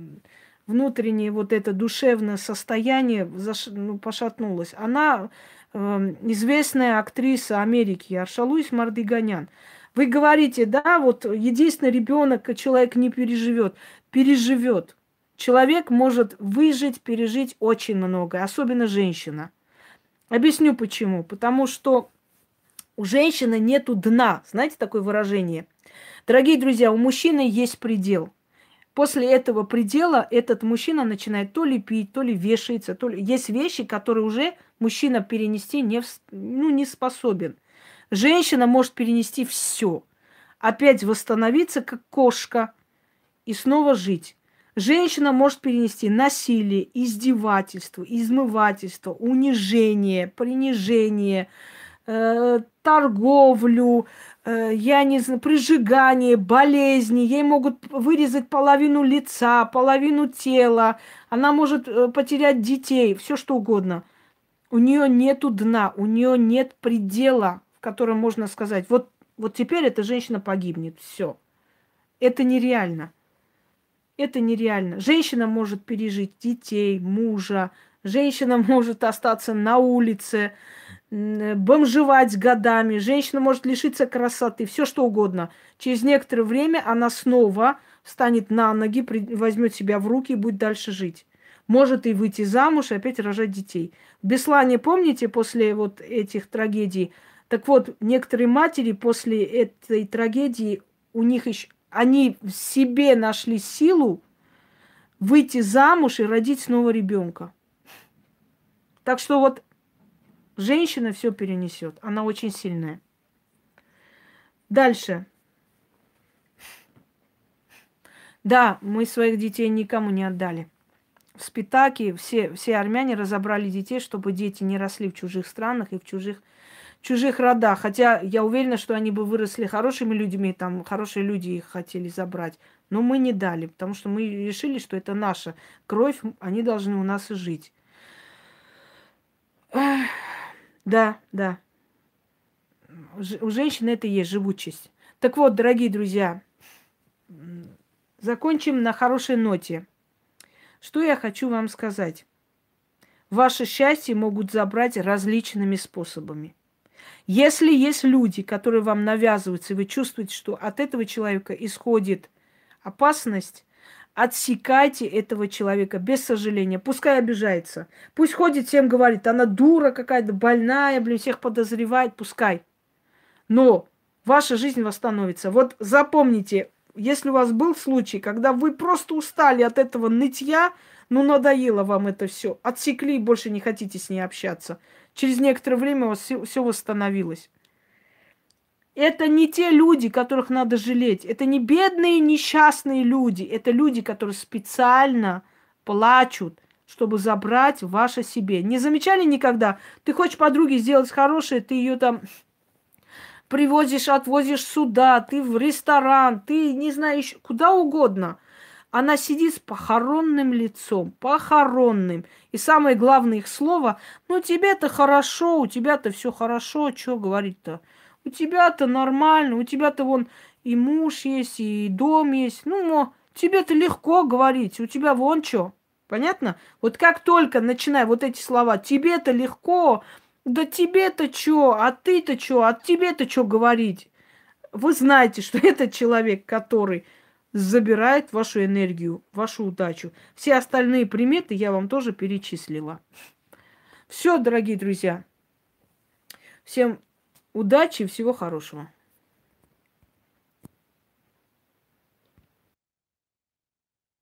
внутреннее вот это душевное состояние пошатнулось. Она известная актриса Америки Аршалуис Мардиганян. Вы говорите, да, вот единственный ребенок человек не переживет. Переживет. Человек может выжить, пережить очень много, особенно женщина. Объясню почему. Потому что у женщины нету дна. Знаете такое выражение? Дорогие друзья, у мужчины есть предел. После этого предела этот мужчина начинает то ли пить, то ли вешается, то ли... Есть вещи, которые уже мужчина перенести не способен. Женщина может перенести все. Опять восстановиться, как кошка, и снова жить. Женщина может перенести насилие, издевательство, измывательство, унижение, принижение, торговлю, я не знаю, прижигание, болезни. Ей могут вырезать половину лица, половину тела. Она может потерять детей, все что угодно. У нее нету дна, у нее нет предела, в котором можно сказать, вот теперь эта женщина погибнет. Все. Это нереально. Это нереально. Женщина может пережить детей, мужа. Женщина может остаться на улице, бомжевать годами. Женщина может лишиться красоты, все что угодно. Через некоторое время она снова встанет на ноги, возьмет себя в руки и будет дальше жить. Может и выйти замуж, и опять рожать детей. В Беслане, помните, после вот этих трагедий? Так вот, некоторые матери после этой трагедии, у них еще, они в себе нашли силу выйти замуж и родить снова ребенка. Так что вот женщина все перенесет. Она очень сильная. Дальше. Да, мы своих детей никому не отдали. В Спитаке все армяне разобрали детей, чтобы дети не росли в чужих странах и в чужих родах. Хотя я уверена, что они бы выросли хорошими людьми, там хорошие люди их хотели забрать. Но мы не дали, потому что мы решили, что это наша кровь, они должны у нас и жить. Да. У женщины это и есть живучесть. Так вот, дорогие друзья, закончим на хорошей ноте. Что я хочу вам сказать? Ваше счастье могут забрать различными способами. Если есть люди, которые вам навязываются, и вы чувствуете, что от этого человека исходит опасность, отсекайте этого человека без сожаления. Пускай обижается. Пусть ходит, всем говорит, она дура какая-то, больная, блин, всех подозревает, пускай. Но ваша жизнь восстановится. Вот запомните, если у вас был случай, когда вы просто устали от этого нытья, ну надоело вам это все, отсекли и больше не хотите с ней общаться. Через некоторое время у вас все восстановилось. Это не те люди, которых надо жалеть. Это не бедные, несчастные люди. Это люди, которые специально плачут, чтобы забрать ваше себе. Не замечали никогда? Ты хочешь подруге сделать хорошее, ты ее там привозишь, отвозишь сюда, ты в ресторан, ты, не знаю, еще куда угодно. Она сидит с похоронным лицом, похоронным. И самое главное их слово, ну тебе-то хорошо, у тебя-то все хорошо, что говорить-то? У тебя-то нормально, у тебя-то вон и муж есть, и дом есть. Ну, тебе-то легко говорить, у тебя вон что. Понятно? Вот как только начинаю вот эти слова, тебе-то легко, да тебе-то что, а ты-то что, а тебе-то что говорить? Вы знаете, что это человек, который забирает вашу энергию, вашу удачу. Все остальные приметы я вам тоже перечислила. Все, дорогие друзья. Всем удачи и всего хорошего.